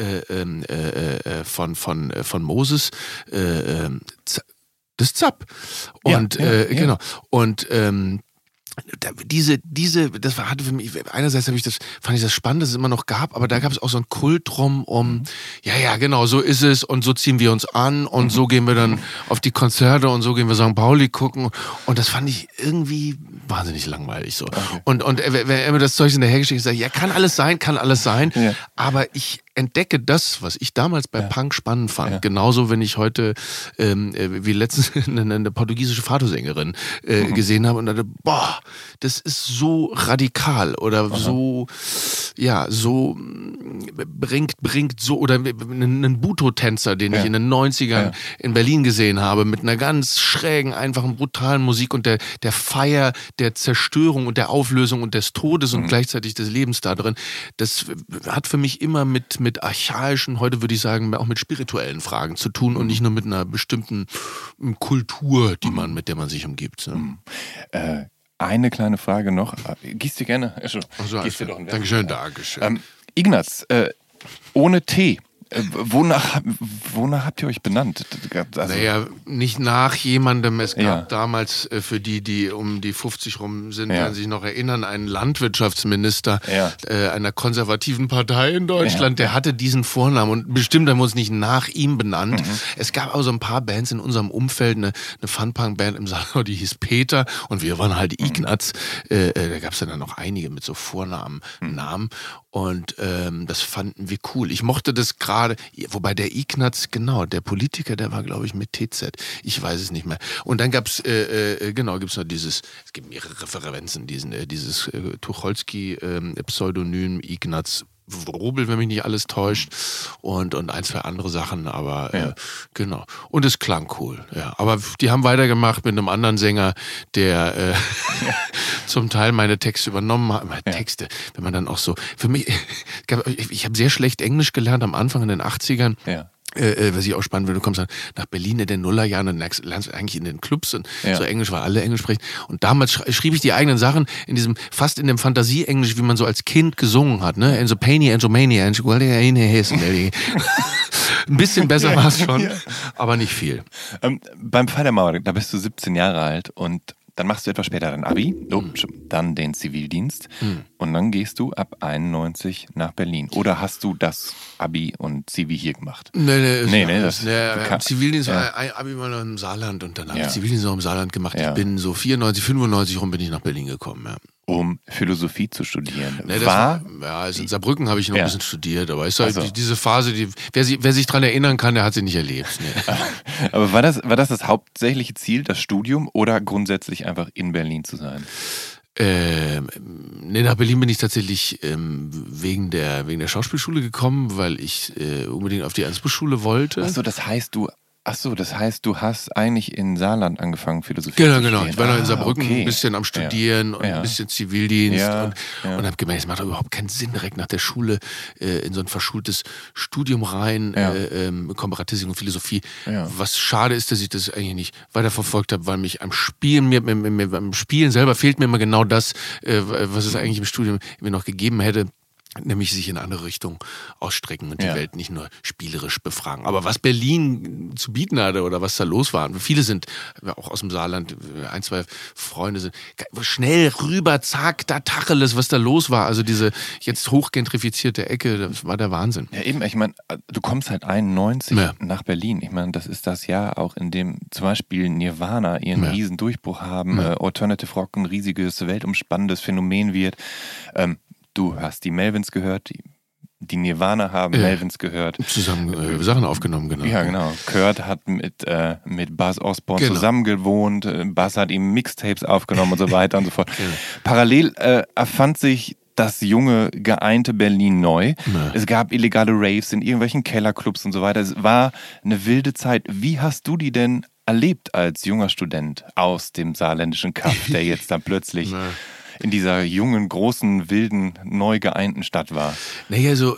von Moses, das Zapp. Und genau. Und das hatte für mich, einerseits fand ich das spannend, dass es immer noch gab, aber da gab es auch so einen Kult drum genau, so ist es und so ziehen wir uns an und so gehen wir dann auf die Konzerte und so gehen wir St. Pauli gucken und das fand ich irgendwie wahnsinnig langweilig so. Okay. Und wenn er mir das Zeug hinterhergeschickt hat, kann alles sein, aber ich entdecke das, was ich damals bei Punk spannend fand. Genauso, wenn ich heute, wie letztens eine portugiesische Fado-Sängerin gesehen habe und dachte, boah, das ist so radikal oder so bringt so, oder einen Buto-Tänzer, den ich in den 90ern in Berlin gesehen habe, mit einer ganz schrägen, einfachen, brutalen Musik und der Feier der Zerstörung und der Auflösung und des Todes und gleichzeitig des Lebens da drin. Das hat für mich immer mit archaischen, heute würde ich sagen, auch mit spirituellen Fragen zu tun und nicht nur mit einer bestimmten Kultur, mit der man sich umgibt. Eine kleine Frage noch. Gießt dir gerne? Dankeschön. Ignaz, ohne Tee Wonach habt ihr euch benannt? Also, naja, nicht nach jemandem. Es gab damals für die um die 50 rum sind, werden sich noch erinnern, einen Landwirtschaftsminister einer konservativen Partei in Deutschland, der hatte diesen Vornamen und bestimmt haben wir uns nicht nach ihm benannt. Es gab auch so ein paar Bands in unserem Umfeld, eine Funpunk-Band im Salon, die hieß Peter und wir waren halt Ignaz. Da gab es dann noch einige mit so Vornamen, Namen und das fanden wir cool. Ich mochte das gerade, wobei der Ignaz, genau, der Politiker, der war, glaube ich, mit TZ. Ich weiß es nicht mehr. Und dann gibt's noch es gibt mehrere Referenzen, dieses Tucholsky-Pseudonym Ignaz Wrobel, wenn mich nicht alles täuscht, und ein, zwei andere Sachen, aber genau. Und es klang cool, ja. Aber die haben weitergemacht mit einem anderen Sänger, der zum Teil meine Texte übernommen hat. Texte, wenn man dann auch so, für mich, ich habe sehr schlecht Englisch gelernt am Anfang in den 80ern. Ja. Was ich auch spannend finde, du kommst dann nach Berlin in den Nullerjahren und lernst eigentlich in den Clubs und so Englisch, weil alle Englisch sprechen. Und damals schrieb ich die eigenen Sachen fast in dem Fantasie-Englisch, wie man so als Kind gesungen hat, ne? Enzo Pani, Enzo Mania, Enzo Ein bisschen besser war es schon, aber nicht viel. Beim Fall der Mauer, da bist du 17 Jahre alt und dann machst du etwas später dein Abi, dann den Zivildienst und dann gehst du ab 91 nach Berlin. Oder hast du das Abi und Zivi hier gemacht? Nee, Zivildienst war Abi mal noch im Saarland und dann habe ich Zivildienst noch im Saarland gemacht. Ich bin so 94, 95 rum bin ich nach Berlin gekommen, um Philosophie zu studieren. Also in Saarbrücken habe ich noch ein bisschen studiert, aber ist halt diese Phase, wer sich daran erinnern kann, der hat sie nicht erlebt. Nee. Aber war das hauptsächliche Ziel, das Studium, oder grundsätzlich einfach in Berlin zu sein? Nach Berlin bin ich tatsächlich wegen der Schauspielschule gekommen, weil ich unbedingt auf die Ernst-Busch-Schule wollte. Das heißt, du hast eigentlich in Saarland angefangen, Philosophie zu studieren. Genau. Ich war noch in Saarbrücken ein bisschen am Studieren und ein bisschen Zivildienst und habe gemerkt, es macht überhaupt keinen Sinn, direkt nach der Schule in so ein verschultes Studium rein, Komparatistik und Philosophie. Ja. Was schade ist, dass ich das eigentlich nicht weiterverfolgt habe, weil mich am Spielen, beim Spielen selber fehlt mir immer genau das, was es eigentlich im Studium mir noch gegeben hätte. Nämlich sich in eine andere Richtung ausstrecken und die Welt nicht nur spielerisch befragen. Aber was Berlin zu bieten hatte oder was da los war, viele sind auch aus dem Saarland, ein, zwei Freunde sind schnell rüber, zack, da Tacheles, was da los war. Also diese jetzt hochgentrifizierte Ecke, das war der Wahnsinn. Ja eben, ich meine, du kommst halt 91 nach Berlin. Ich meine, das ist das Jahr auch, in dem zum Beispiel Nirvana ihren riesen Durchbruch haben, Alternative Rock ein riesiges, weltumspannendes Phänomen wird. Du hast die Melvins gehört, die Nirvana haben Melvins gehört. Zusammen Sachen aufgenommen, genau. Ja, genau. Kurt hat mit Buzz Osborne zusammen gewohnt, Buzz hat ihm Mixtapes aufgenommen und so weiter und so fort. Genau. Parallel erfand sich das junge, geeinte Berlin neu. Ja. Es gab illegale Raves in irgendwelchen Kellerclubs und so weiter. Es war eine wilde Zeit. Wie hast du die denn erlebt als junger Student aus dem saarländischen Kaff, der jetzt dann plötzlich in dieser jungen, großen, wilden, neu geeinten Stadt war? Naja, so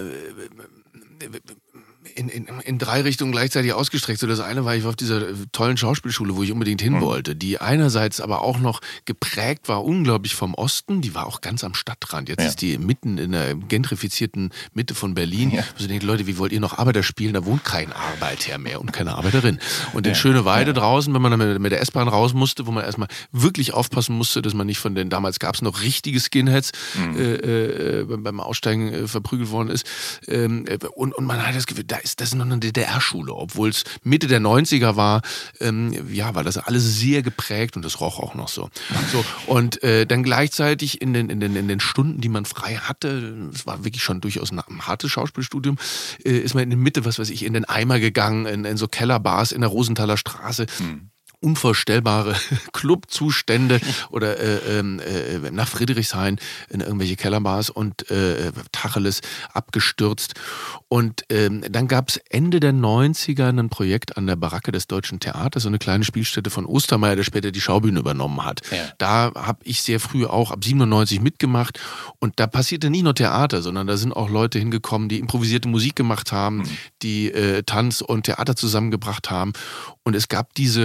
in drei Richtungen gleichzeitig ausgestreckt. So das eine war, ich war auf dieser tollen Schauspielschule, wo ich unbedingt hin wollte, die einerseits aber auch noch geprägt war unglaublich vom Osten, die war auch ganz am Stadtrand. Jetzt ist die mitten in der gentrifizierten Mitte von Berlin. Ja. Also denkt, Leute, wie wollt ihr noch Arbeiter spielen? Da wohnt kein Arbeiter mehr und keine Arbeiterin. Und in Schöneweide draußen, wenn man dann mit der S-Bahn raus musste, wo man erstmal wirklich aufpassen musste, dass man nicht von den, damals gab es noch richtige Skinheads, beim Aussteigen verprügelt worden ist. Und man hat das Gefühl, das ist noch eine DDR-Schule, obwohl es Mitte der 90er war, war das alles sehr geprägt und das roch auch noch so. Und dann gleichzeitig in den Stunden, die man frei hatte, es war wirklich schon durchaus ein hartes Schauspielstudium, ist man in der Mitte, in den Eimer gegangen, in so Kellerbars in der Rosenthaler Straße. Unvorstellbare Clubzustände oder nach Friedrichshain in irgendwelche Kellerbars und Tacheles abgestürzt. Und dann gab es Ende der 90er ein Projekt an der Baracke des Deutschen Theaters, so eine kleine Spielstätte von Ostermeier, der später die Schaubühne übernommen hat. Ja. Da habe ich sehr früh auch ab 97 mitgemacht und da passierte nicht nur Theater, sondern da sind auch Leute hingekommen, die improvisierte Musik gemacht haben, die Tanz und Theater zusammengebracht haben und es gab diese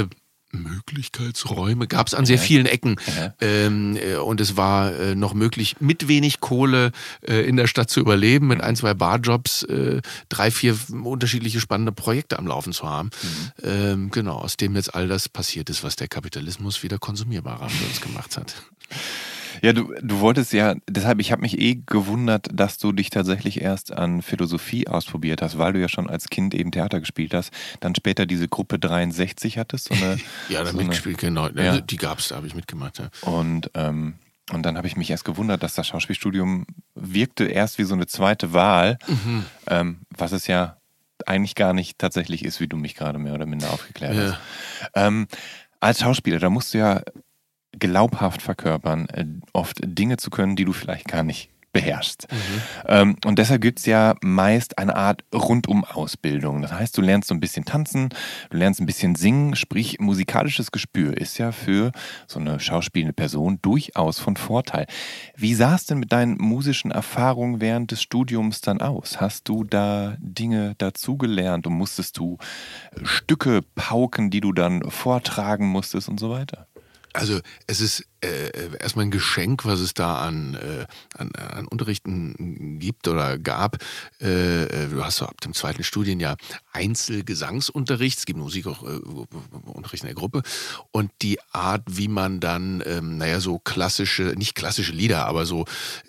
Möglichkeitsräume gab es an sehr vielen Ecken. Und es war noch möglich, mit wenig Kohle in der Stadt zu überleben, mit 1, 2 Barjobs 3, 4 unterschiedliche spannende Projekte am Laufen zu haben. Genau, aus dem jetzt all das passiert ist, was der Kapitalismus wieder konsumierbarer für uns gemacht hat. Ja, du wolltest ja, deshalb, ich habe mich gewundert, dass du dich tatsächlich erst an Philosophie ausprobiert hast, weil du ja schon als Kind eben Theater gespielt hast, dann später diese Gruppe 63 hattest. So eine, ja, dann mitgespielt, genau. Ja. Die gab's, da habe ich mitgemacht. Ja. Und dann habe ich mich erst gewundert, dass das Schauspielstudium wirkte erst wie so eine zweite Wahl, was es ja eigentlich gar nicht tatsächlich ist, wie du mich gerade mehr oder minder aufgeklärt hast. Als Schauspieler, da musst du ja glaubhaft verkörpern, oft Dinge zu können, die du vielleicht gar nicht beherrschst. Und deshalb gibt es ja meist eine Art Rundum-Ausbildung. Das heißt, du lernst so ein bisschen tanzen, du lernst ein bisschen singen, sprich musikalisches Gespür ist ja für so eine schauspielende Person durchaus von Vorteil. Wie sah es denn mit deinen musischen Erfahrungen während des Studiums dann aus? Hast du da Dinge dazugelernt und musstest du Stücke pauken, die du dann vortragen musstest und so weiter? Also es ist erstmal ein Geschenk, was es da an Unterrichten gibt oder gab. Du hast so ab dem 2. Studienjahr Einzelgesangsunterricht, es gibt Musikunterricht in der Gruppe und die Art, wie man dann, so nicht klassische Lieder, aber so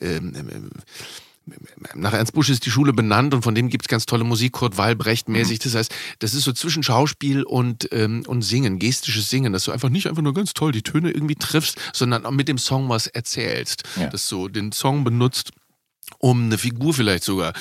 nach Ernst Busch ist die Schule benannt und von dem gibt es ganz tolle Musik, Kurt Weilbrecht mäßig. Das heißt, das ist so zwischen Schauspiel und Singen, gestisches Singen, dass du nicht einfach nur ganz toll die Töne irgendwie triffst, sondern auch mit dem Song was erzählst. Ja. Dass du den Song benutzt, um eine Figur vielleicht sogar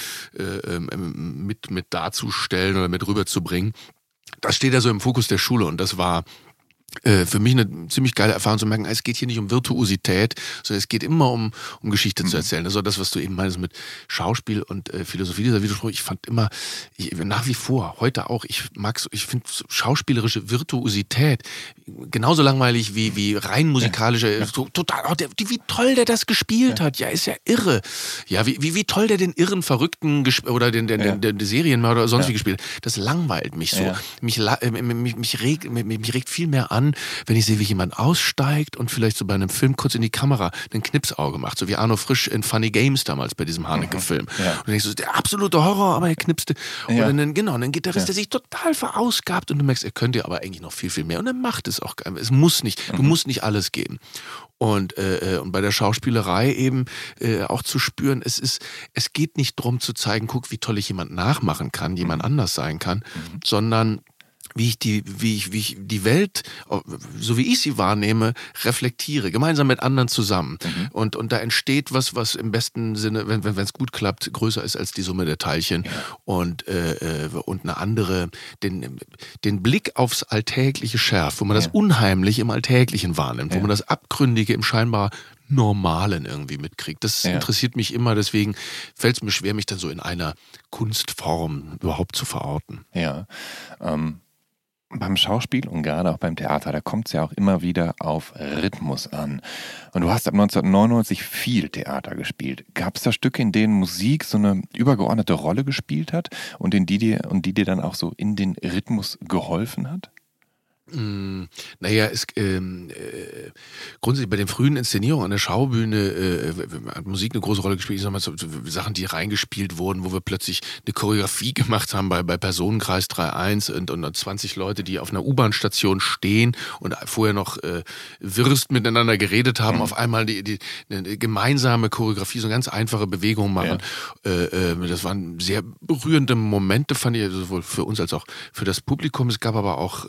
mit darzustellen oder mit rüberzubringen. Das steht also im Fokus der Schule und das war für mich eine ziemlich geile Erfahrung zu merken, es geht hier nicht um Virtuosität, sondern es geht immer um Geschichte zu erzählen. Das ist das, was du eben meinst mit Schauspiel und Philosophie, dieser Widerspruch. Ich fand immer, nach wie vor, heute auch, ich finde schauspielerische Virtuosität genauso langweilig wie rein musikalische, total, wie toll der das gespielt hat. Ja, ist ja irre. Ja, wie toll der den irren Verrückten oder den Serienmörder oder sonst wie gespielt hat. Das langweilt mich so. Ja. Mich regt viel mehr an, wenn ich sehe, wie jemand aussteigt und vielleicht so bei einem Film kurz in die Kamera einen Knipsauge macht, so wie Arno Frisch in Funny Games damals bei diesem Haneke-Film. Ja. Und dann denkst du, der absolute Horror, aber er knipste. Und dann geht der Rest, der sich total verausgabt und du merkst, er könnte aber eigentlich noch viel, viel mehr. Und er macht es auch. Es muss nicht, du musst nicht alles geben. Und bei der Schauspielerei eben auch zu spüren, es geht nicht darum zu zeigen, guck, wie toll ich jemand nachmachen kann, jemand anders sein kann, sondern wie ich die Welt, so wie ich sie wahrnehme, reflektiere, gemeinsam mit anderen zusammen. Und da entsteht was im besten Sinne, wenn es gut klappt, größer ist als die Summe der Teilchen und eine andere, den Blick aufs Alltägliche schärft, wo man das Unheimliche im Alltäglichen wahrnimmt, wo man das Abgründige im scheinbar Normalen irgendwie mitkriegt. Das interessiert mich immer, deswegen fällt es mir schwer, mich dann so in einer Kunstform überhaupt zu verorten. Ja, beim Schauspiel und gerade auch beim Theater, da kommt es ja auch immer wieder auf Rhythmus an. Und du hast ab 1999 viel Theater gespielt. Gab es da Stücke, in denen Musik so eine übergeordnete Rolle gespielt hat und die dir dann auch so in den Rhythmus geholfen hat? Naja, grundsätzlich bei den frühen Inszenierungen an der Schaubühne hat Musik eine große Rolle gespielt. Ich sag mal, so Sachen, die reingespielt wurden, wo wir plötzlich eine Choreografie gemacht haben bei Personenkreis 3.1 und 20 Leute, die auf einer U-Bahn-Station stehen und vorher noch wirst miteinander geredet haben, auf einmal eine gemeinsame Choreografie, so eine ganz einfache Bewegung machen. Ja. Das waren sehr berührende Momente, fand ich, sowohl für uns als auch für das Publikum. Es gab aber auch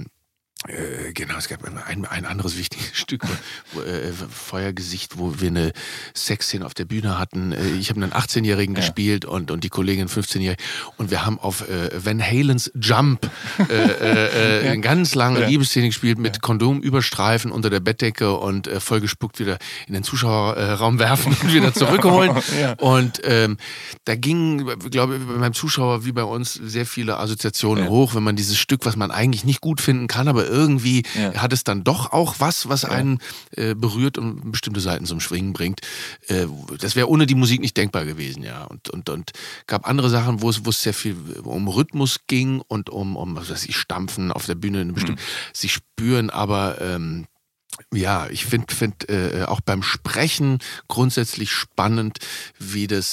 es gab ein anderes wichtiges Stück, Feuergesicht, wo wir eine Sexszene auf der Bühne hatten. Ich habe einen 18-Jährigen gespielt und die Kollegin 15-Jährige. Und wir haben auf Van Halens Jump eine ganz lange Liebesszene gespielt mit Kondomüberstreifen unter der Bettdecke und vollgespuckt wieder in den Zuschauerraum werfen und wieder zurückholen. Und da gingen, glaube ich, beim Zuschauer wie bei uns sehr viele Assoziationen hoch, wenn man dieses Stück, was man eigentlich nicht gut finden kann, aber irgendwie hat es dann doch auch was einen berührt und bestimmte Seiten zum Schwingen bringt. Das wäre ohne die Musik nicht denkbar gewesen, ja. Und gab andere Sachen, wo es sehr viel um Rhythmus ging und um was weiß ich, Stampfen auf der Bühne, sich spüren, aber ja, ich finde auch beim Sprechen grundsätzlich spannend, wie der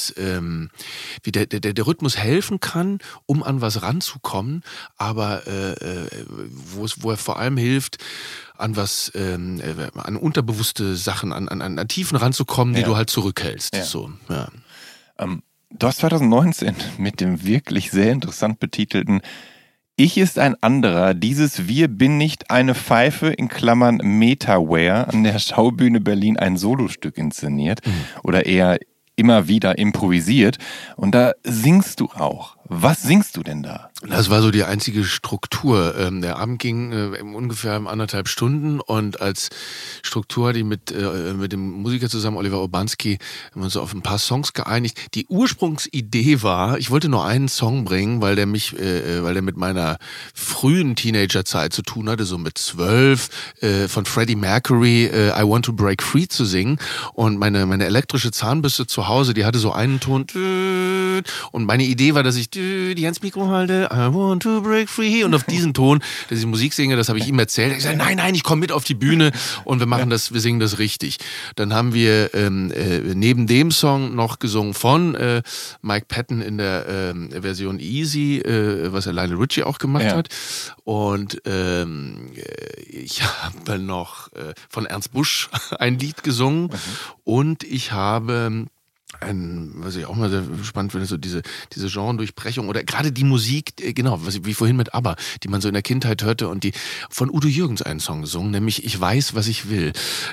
Rhythmus helfen kann, um an was ranzukommen, aber wo er vor allem hilft, an an unterbewusste Sachen, an Tiefen ranzukommen, die du halt zurückhältst. Ja. So, ja. Du hast 2019 mit dem wirklich sehr interessant betitelten Ich ist ein anderer, dieses Wir bin nicht eine Pfeife in Klammern Metaware an der Schaubühne Berlin ein Solostück inszeniert oder eher immer wieder improvisiert und da singst du auch. Was singst du denn da? Das war so die einzige Struktur. Der Abend ging ungefähr 1,5 Stunden und als Struktur hatte ich mit dem Musiker zusammen, Oliver Urbanski, haben wir uns auf ein paar Songs geeinigt. Die Ursprungsidee war, ich wollte nur einen Song bringen, weil der mit meiner frühen Teenagerzeit zu tun hatte, so mit 12, von Freddie Mercury, I Want to Break Free zu singen. Und meine elektrische Zahnbürste zu Hause, die hatte so einen Ton. Und meine Idee war, dass ich die ans Mikro halte, I want to break free, und auf diesen Ton, dass ich Musik singe, das habe ich ihm erzählt. Ich sage, nein, ich komme mit auf die Bühne und wir singen das richtig. Dann haben wir neben dem Song noch gesungen von Mike Patton in der Version Easy, was Lionel Richie auch gemacht hat. Und ich habe noch von Ernst Busch ein Lied gesungen und ich habe was ich auch mal sehr spannend finde, so diese Genredurchbrechung oder gerade die Musik, genau, wie vorhin mit ABBA, die man so in der Kindheit hörte und die von Udo Jürgens einen Song gesungen, nämlich Ich weiß, was ich will.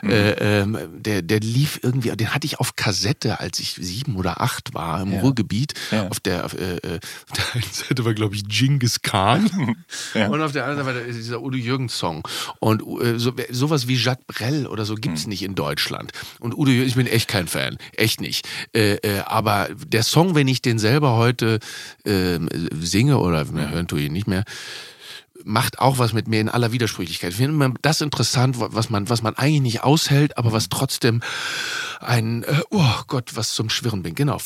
Der lief irgendwie, den hatte ich auf Kassette, als ich 7 oder 8 war im Ruhrgebiet. Ja. Auf der einen Seite war, glaube ich, Genghis Khan und auf der anderen Seite war dieser Udo Jürgens Song. Und sowas wie Jacques Brel oder so gibt's nicht in Deutschland. Und Udo Jürgens, ich bin echt kein Fan, echt nicht. Aber der Song, wenn ich den selber heute singe oder hören tue ich ihn nicht mehr, macht auch was mit mir in aller Widersprüchlichkeit. Ich finde das interessant, was man eigentlich nicht aushält, aber was trotzdem was zum Schwirren bringt. Genau,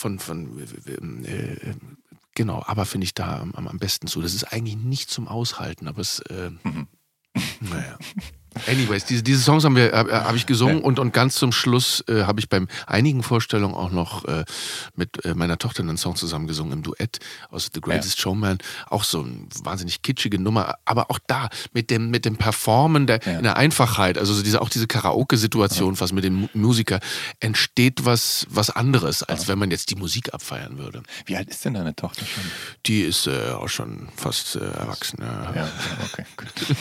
genau, aber finde ich da am besten zu. Das ist eigentlich nicht zum Aushalten, aber es, naja. Anyways, diese Songs habe ich gesungen und ganz zum Schluss habe ich bei einigen Vorstellungen auch noch mit meiner Tochter einen Song zusammen gesungen im Duett aus The Greatest Showman. Auch so eine wahnsinnig kitschige Nummer, aber auch da mit dem Performen in der Einfachheit, also diese Karaoke-Situation fast mit dem Musiker, entsteht was anderes, als wenn man jetzt die Musik abfeiern würde. Wie alt ist denn deine Tochter schon? Die ist auch schon fast erwachsen. Ja, okay, gut.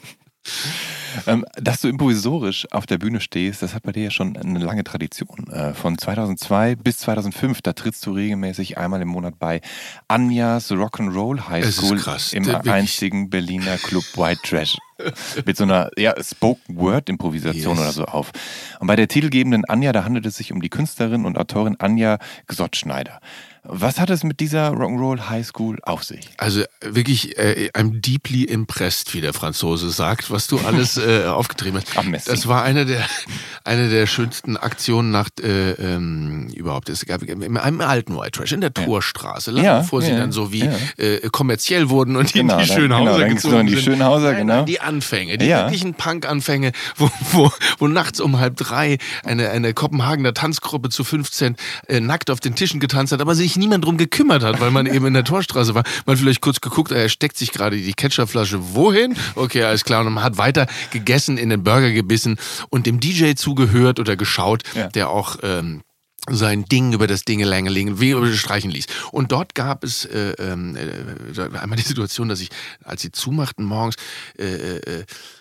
Dass du improvisorisch auf der Bühne stehst, das hat bei dir ja schon eine lange Tradition. Von 2002 bis 2005, da trittst du regelmäßig einmal im Monat bei Anjas Rock'n'Roll High School im einzigen Berliner Club White Trash. Mit so einer Spoken-Word-Improvisation oder so auf. Und bei der titelgebenden Anja, da handelt es sich um die Künstlerin und Autorin Anja Gsottschneider. Was hat es mit dieser Rock'n'Roll High School auf sich? Also wirklich, I'm deeply impressed, wie der Franzose sagt, was du alles aufgetrieben hast. Das war eine der schönsten Aktionen überhaupt. Es gab in einem alten White Trash in der Torstraße, lange bevor sie dann so wie kommerziell wurden und in die Schönhauser gezogen sind. Die Schönhauser, genau. Die Anfänge, die wirklichen Punk-Anfänge, wo nachts um 2:30 eine Kopenhagener Tanzgruppe zu 15 nackt auf den Tischen getanzt hat, aber sich niemand drum gekümmert hat, weil man eben in der Torstraße war. Man hat vielleicht kurz geguckt, er steckt sich gerade die Ketchupflasche wohin? Okay, alles klar. Und man hat weiter gegessen, in den Burger gebissen und dem DJ zugehört oder geschaut, der auch sein Ding über das Dingelangeling streichen ließ. Und dort gab es einmal die Situation, dass ich, als sie zumachten morgens,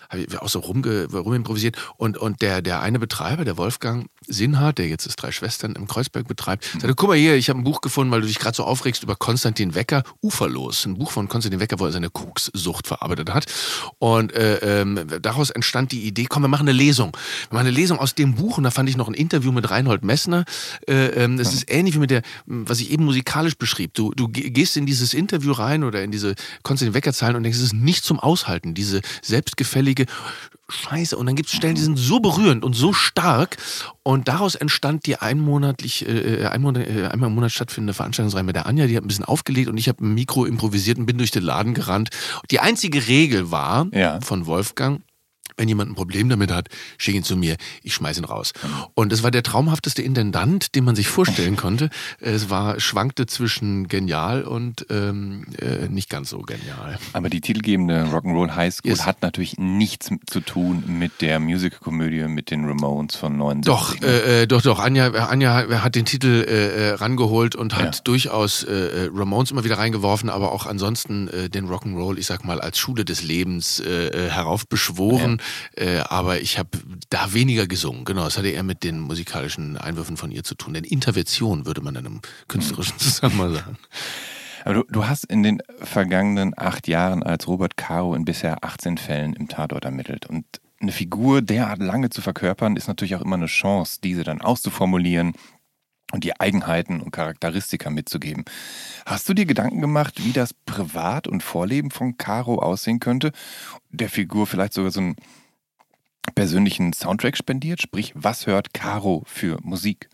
ich auch so rumimprovisiert. Und der eine Betreiber, der Wolfgang Sinhardt, der jetzt das 3 Schwestern im Kreuzberg betreibt, sagte, guck mal hier, ich habe ein Buch gefunden, weil du dich gerade so aufregst über Konstantin Wecker, Uferlos. Ein Buch von Konstantin Wecker, wo er seine Kokssucht verarbeitet hat. Und daraus entstand die Idee, komm, wir machen eine Lesung. Wir machen eine Lesung aus dem Buch und da fand ich noch ein Interview mit Reinhold Messner. Es ist ähnlich wie mit der, was ich eben musikalisch beschrieb. Du gehst in dieses Interview rein oder in diese Konstantin Wecker-Zahlen und denkst, es ist nicht zum Aushalten, diese selbstgefällige Scheiße. Und dann gibt es Stellen, die sind so berührend und so stark. Und daraus entstand die einmal im Monat stattfindende Veranstaltungsreihe mit der Anja. Die hat ein bisschen aufgelegt und ich habe ein Mikro improvisiert und bin durch den Laden gerannt. Die einzige Regel war von Wolfgang, wenn jemand ein Problem damit hat, schick ihn zu mir, ich schmeiß ihn raus. Und es war der traumhafteste Intendant, den man sich vorstellen konnte. Es schwankte zwischen genial und nicht ganz so genial. Aber die titelgebende Rock'n'Roll High School hat natürlich nichts zu tun mit der Musical-Komödie mit den Ramones von 79. Doch. Anja hat den Titel rangeholt und hat durchaus Ramones immer wieder reingeworfen, aber auch ansonsten den Rock'n'Roll, ich sag mal, als Schule des Lebens heraufbeschworen. Aber ich habe da weniger gesungen. Genau, das hatte eher mit den musikalischen Einwürfen von ihr zu tun. Denn Intervention würde man dann im künstlerischen Zusammenhang sagen. Aber du hast in den vergangenen 8 Jahren als Robert Caro in bisher 18 Fällen im Tatort ermittelt. Und eine Figur derart lange zu verkörpern, ist natürlich auch immer eine Chance, diese dann auszuformulieren und die Eigenheiten und Charakteristika mitzugeben. Hast du dir Gedanken gemacht, wie das Privat- und Vorleben von Caro aussehen könnte? Der Figur vielleicht sogar so einen persönlichen Soundtrack spendiert? Sprich, was hört Caro für Musik?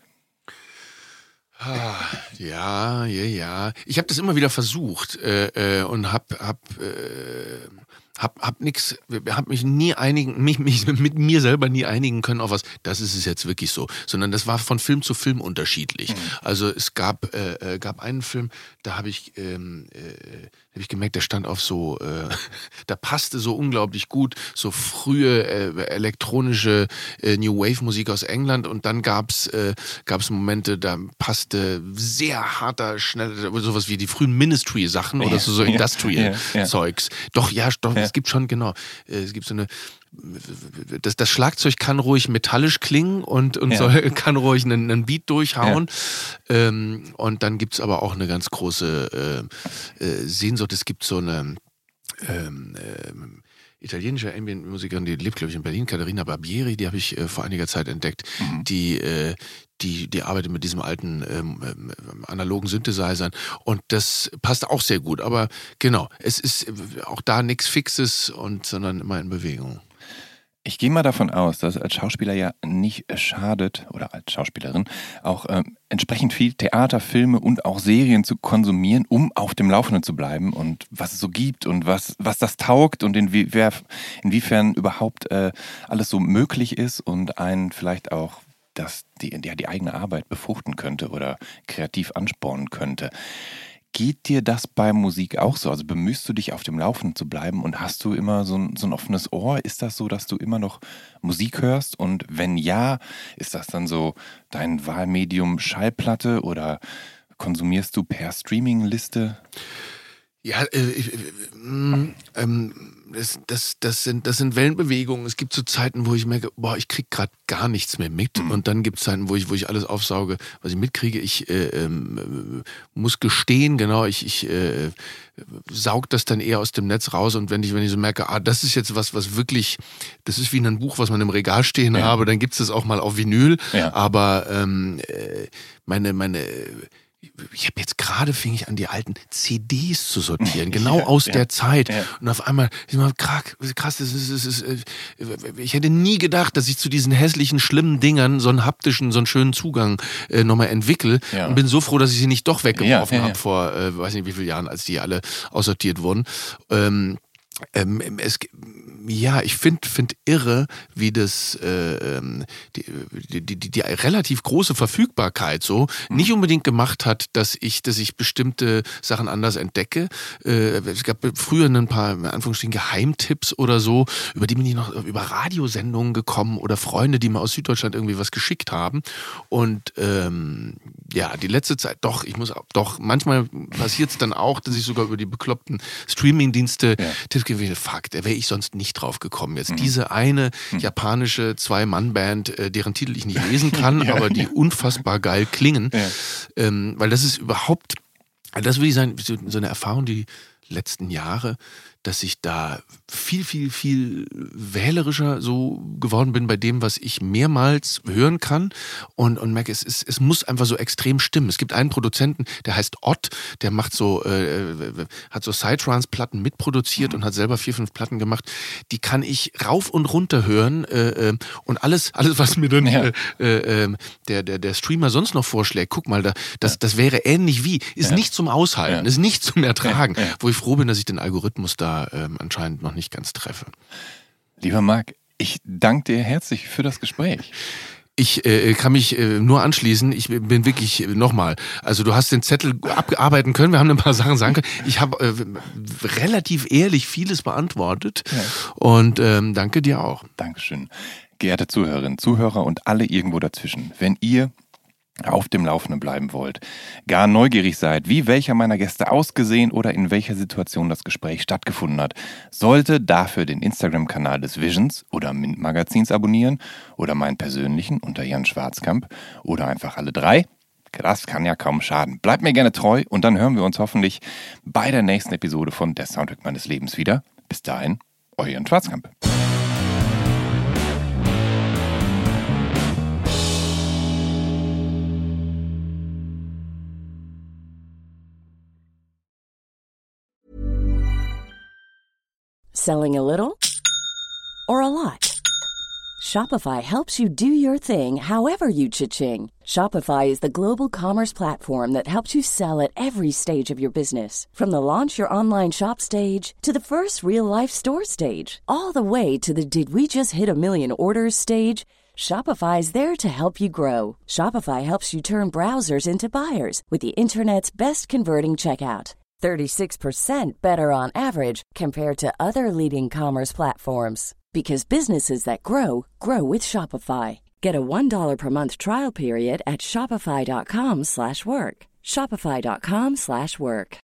Ja. Ich habe das immer wieder versucht und hab mich nie mich mit mir selber nie einigen können auf was, das ist es jetzt wirklich so, sondern das war von Film zu Film unterschiedlich. Also es gab einen Film, da habe ich gemerkt, der stand auf so, da passte so unglaublich gut so frühe elektronische New Wave Musik aus England und dann gab's Momente, da passte sehr harter, schnell, sowas wie die frühen Ministry Sachen oder so Industrial Zeugs. Doch, es gibt schon, genau, es gibt so eine, das Schlagzeug kann ruhig metallisch klingen und kann ruhig einen Beat durchhauen. Ja. Und dann gibt es aber auch eine ganz große Sehnsucht. Es gibt so eine italienische Ambient-Musikerin, die lebt, glaube ich, in Berlin, Caterina Barbieri, die habe ich vor einiger Zeit entdeckt, die arbeitet mit diesem alten analogen Synthesizern und das passt auch sehr gut. Aber genau, es ist auch da nichts Fixes, sondern immer in Bewegung. Ich gehe mal davon aus, dass es als Schauspieler ja nicht schadet, oder als Schauspielerin, auch entsprechend viel Theater, Filme und auch Serien zu konsumieren, um auf dem Laufenden zu bleiben und was es so gibt und was das taugt und inwiefern überhaupt alles so möglich ist und einen vielleicht auch die eigene Arbeit befruchten könnte oder kreativ anspornen könnte. Geht dir das bei Musik auch so? Also bemühst du dich, auf dem Laufenden zu bleiben und hast du immer so ein offenes Ohr? Ist das so, dass du immer noch Musik hörst? Und wenn ja, ist das dann so dein Wahlmedium Schallplatte oder konsumierst du per Streamingliste? Ja, das sind Wellenbewegungen. Es gibt so Zeiten, wo ich merke, ich krieg gerade gar nichts mehr mit. Und dann gibt es Zeiten, wo ich alles aufsauge, was ich mitkriege. Ich muss gestehen, genau, ich saug das dann eher aus dem Netz raus. Und wenn ich so merke, das ist jetzt was wirklich, das ist wie ein Buch, was man im Regal stehen habe, dann gibt es das auch mal auf Vinyl. Ja. Aber ich habe jetzt gerade, fing ich an, die alten CDs zu sortieren, genau aus der Zeit. Ja. Und auf einmal, krass, ich hätte nie gedacht, dass ich zu diesen hässlichen, schlimmen Dingern so einen haptischen, so einen schönen Zugang nochmal entwickle. Ja. Und bin so froh, dass ich sie nicht doch weggeworfen habe vor, weiß nicht wie vielen Jahren, als die alle aussortiert wurden. Ich finde irre, wie das die relativ große Verfügbarkeit so nicht unbedingt gemacht hat, dass ich bestimmte Sachen anders entdecke. Es gab früher ein paar, in Anführungsstrichen, Geheimtipps oder so, über die bin ich noch über Radiosendungen gekommen oder Freunde, die mir aus Süddeutschland irgendwie was geschickt haben. Und die letzte Zeit, manchmal passiert es dann auch, dass ich sogar über die bekloppten Streamingdienste Tipps. das gewesen, fuck, da wäre ich sonst nicht drauf gekommen. Jetzt diese eine japanische Zwei-Mann-Band, deren Titel ich nicht lesen kann, aber die unfassbar geil klingen. Ja. Weil das ist überhaupt, das würde ich sagen, so eine Erfahrung, die letzten Jahre, dass ich da viel wählerischer so geworden bin bei dem, was ich mehrmals hören kann und merke, es muss einfach so extrem stimmen. Es gibt einen Produzenten, der heißt Ott, der macht so, hat so Psytrance-Platten mitproduziert und hat selber 4-5 Platten gemacht. Die kann ich rauf und runter hören und alles, was mir dann der Streamer sonst noch vorschlägt, guck mal, das wäre ähnlich wie, ist nicht zum Aushalten, ist nicht zum Ertragen, wo ich froh bin, dass ich den Algorithmus da anscheinend noch nicht ganz treffe. Lieber Marc, ich danke dir herzlich für das Gespräch. Ich kann mich nur anschließen. Ich bin wirklich, nochmal, also du hast den Zettel abarbeiten können, wir haben ein paar Sachen sagen können. Ich habe relativ ehrlich vieles beantwortet und danke dir auch. Dankeschön. Geehrte Zuhörerinnen, Zuhörer und alle irgendwo dazwischen, wenn ihr auf dem Laufenden bleiben wollt, gar neugierig seid, wie welcher meiner Gäste ausgesehen oder in welcher Situation das Gespräch stattgefunden hat, sollte dafür den Instagram-Kanal des Visions oder Mint-Magazins abonnieren oder meinen persönlichen unter Jan Schwarzkamp oder einfach alle drei. Das kann ja kaum schaden. Bleibt mir gerne treu und dann hören wir uns hoffentlich bei der nächsten Episode von Der Soundtrack meines Lebens wieder. Bis dahin, euer Jan Schwarzkamp. Selling a little or a lot? Shopify helps you do your thing however you cha-ching. Shopify is the global commerce platform that helps you sell at every stage of your business. From the launch your online shop stage to the first real-life store stage, all the way to the did we just hit a million orders stage. Shopify is there to help you grow. Shopify helps you turn browsers into buyers with the internet's best converting checkout. 36% better on average compared to other leading commerce platforms. Because businesses that grow, grow with Shopify. Get a $1 per month trial period at shopify.com/work. Shopify.com/work.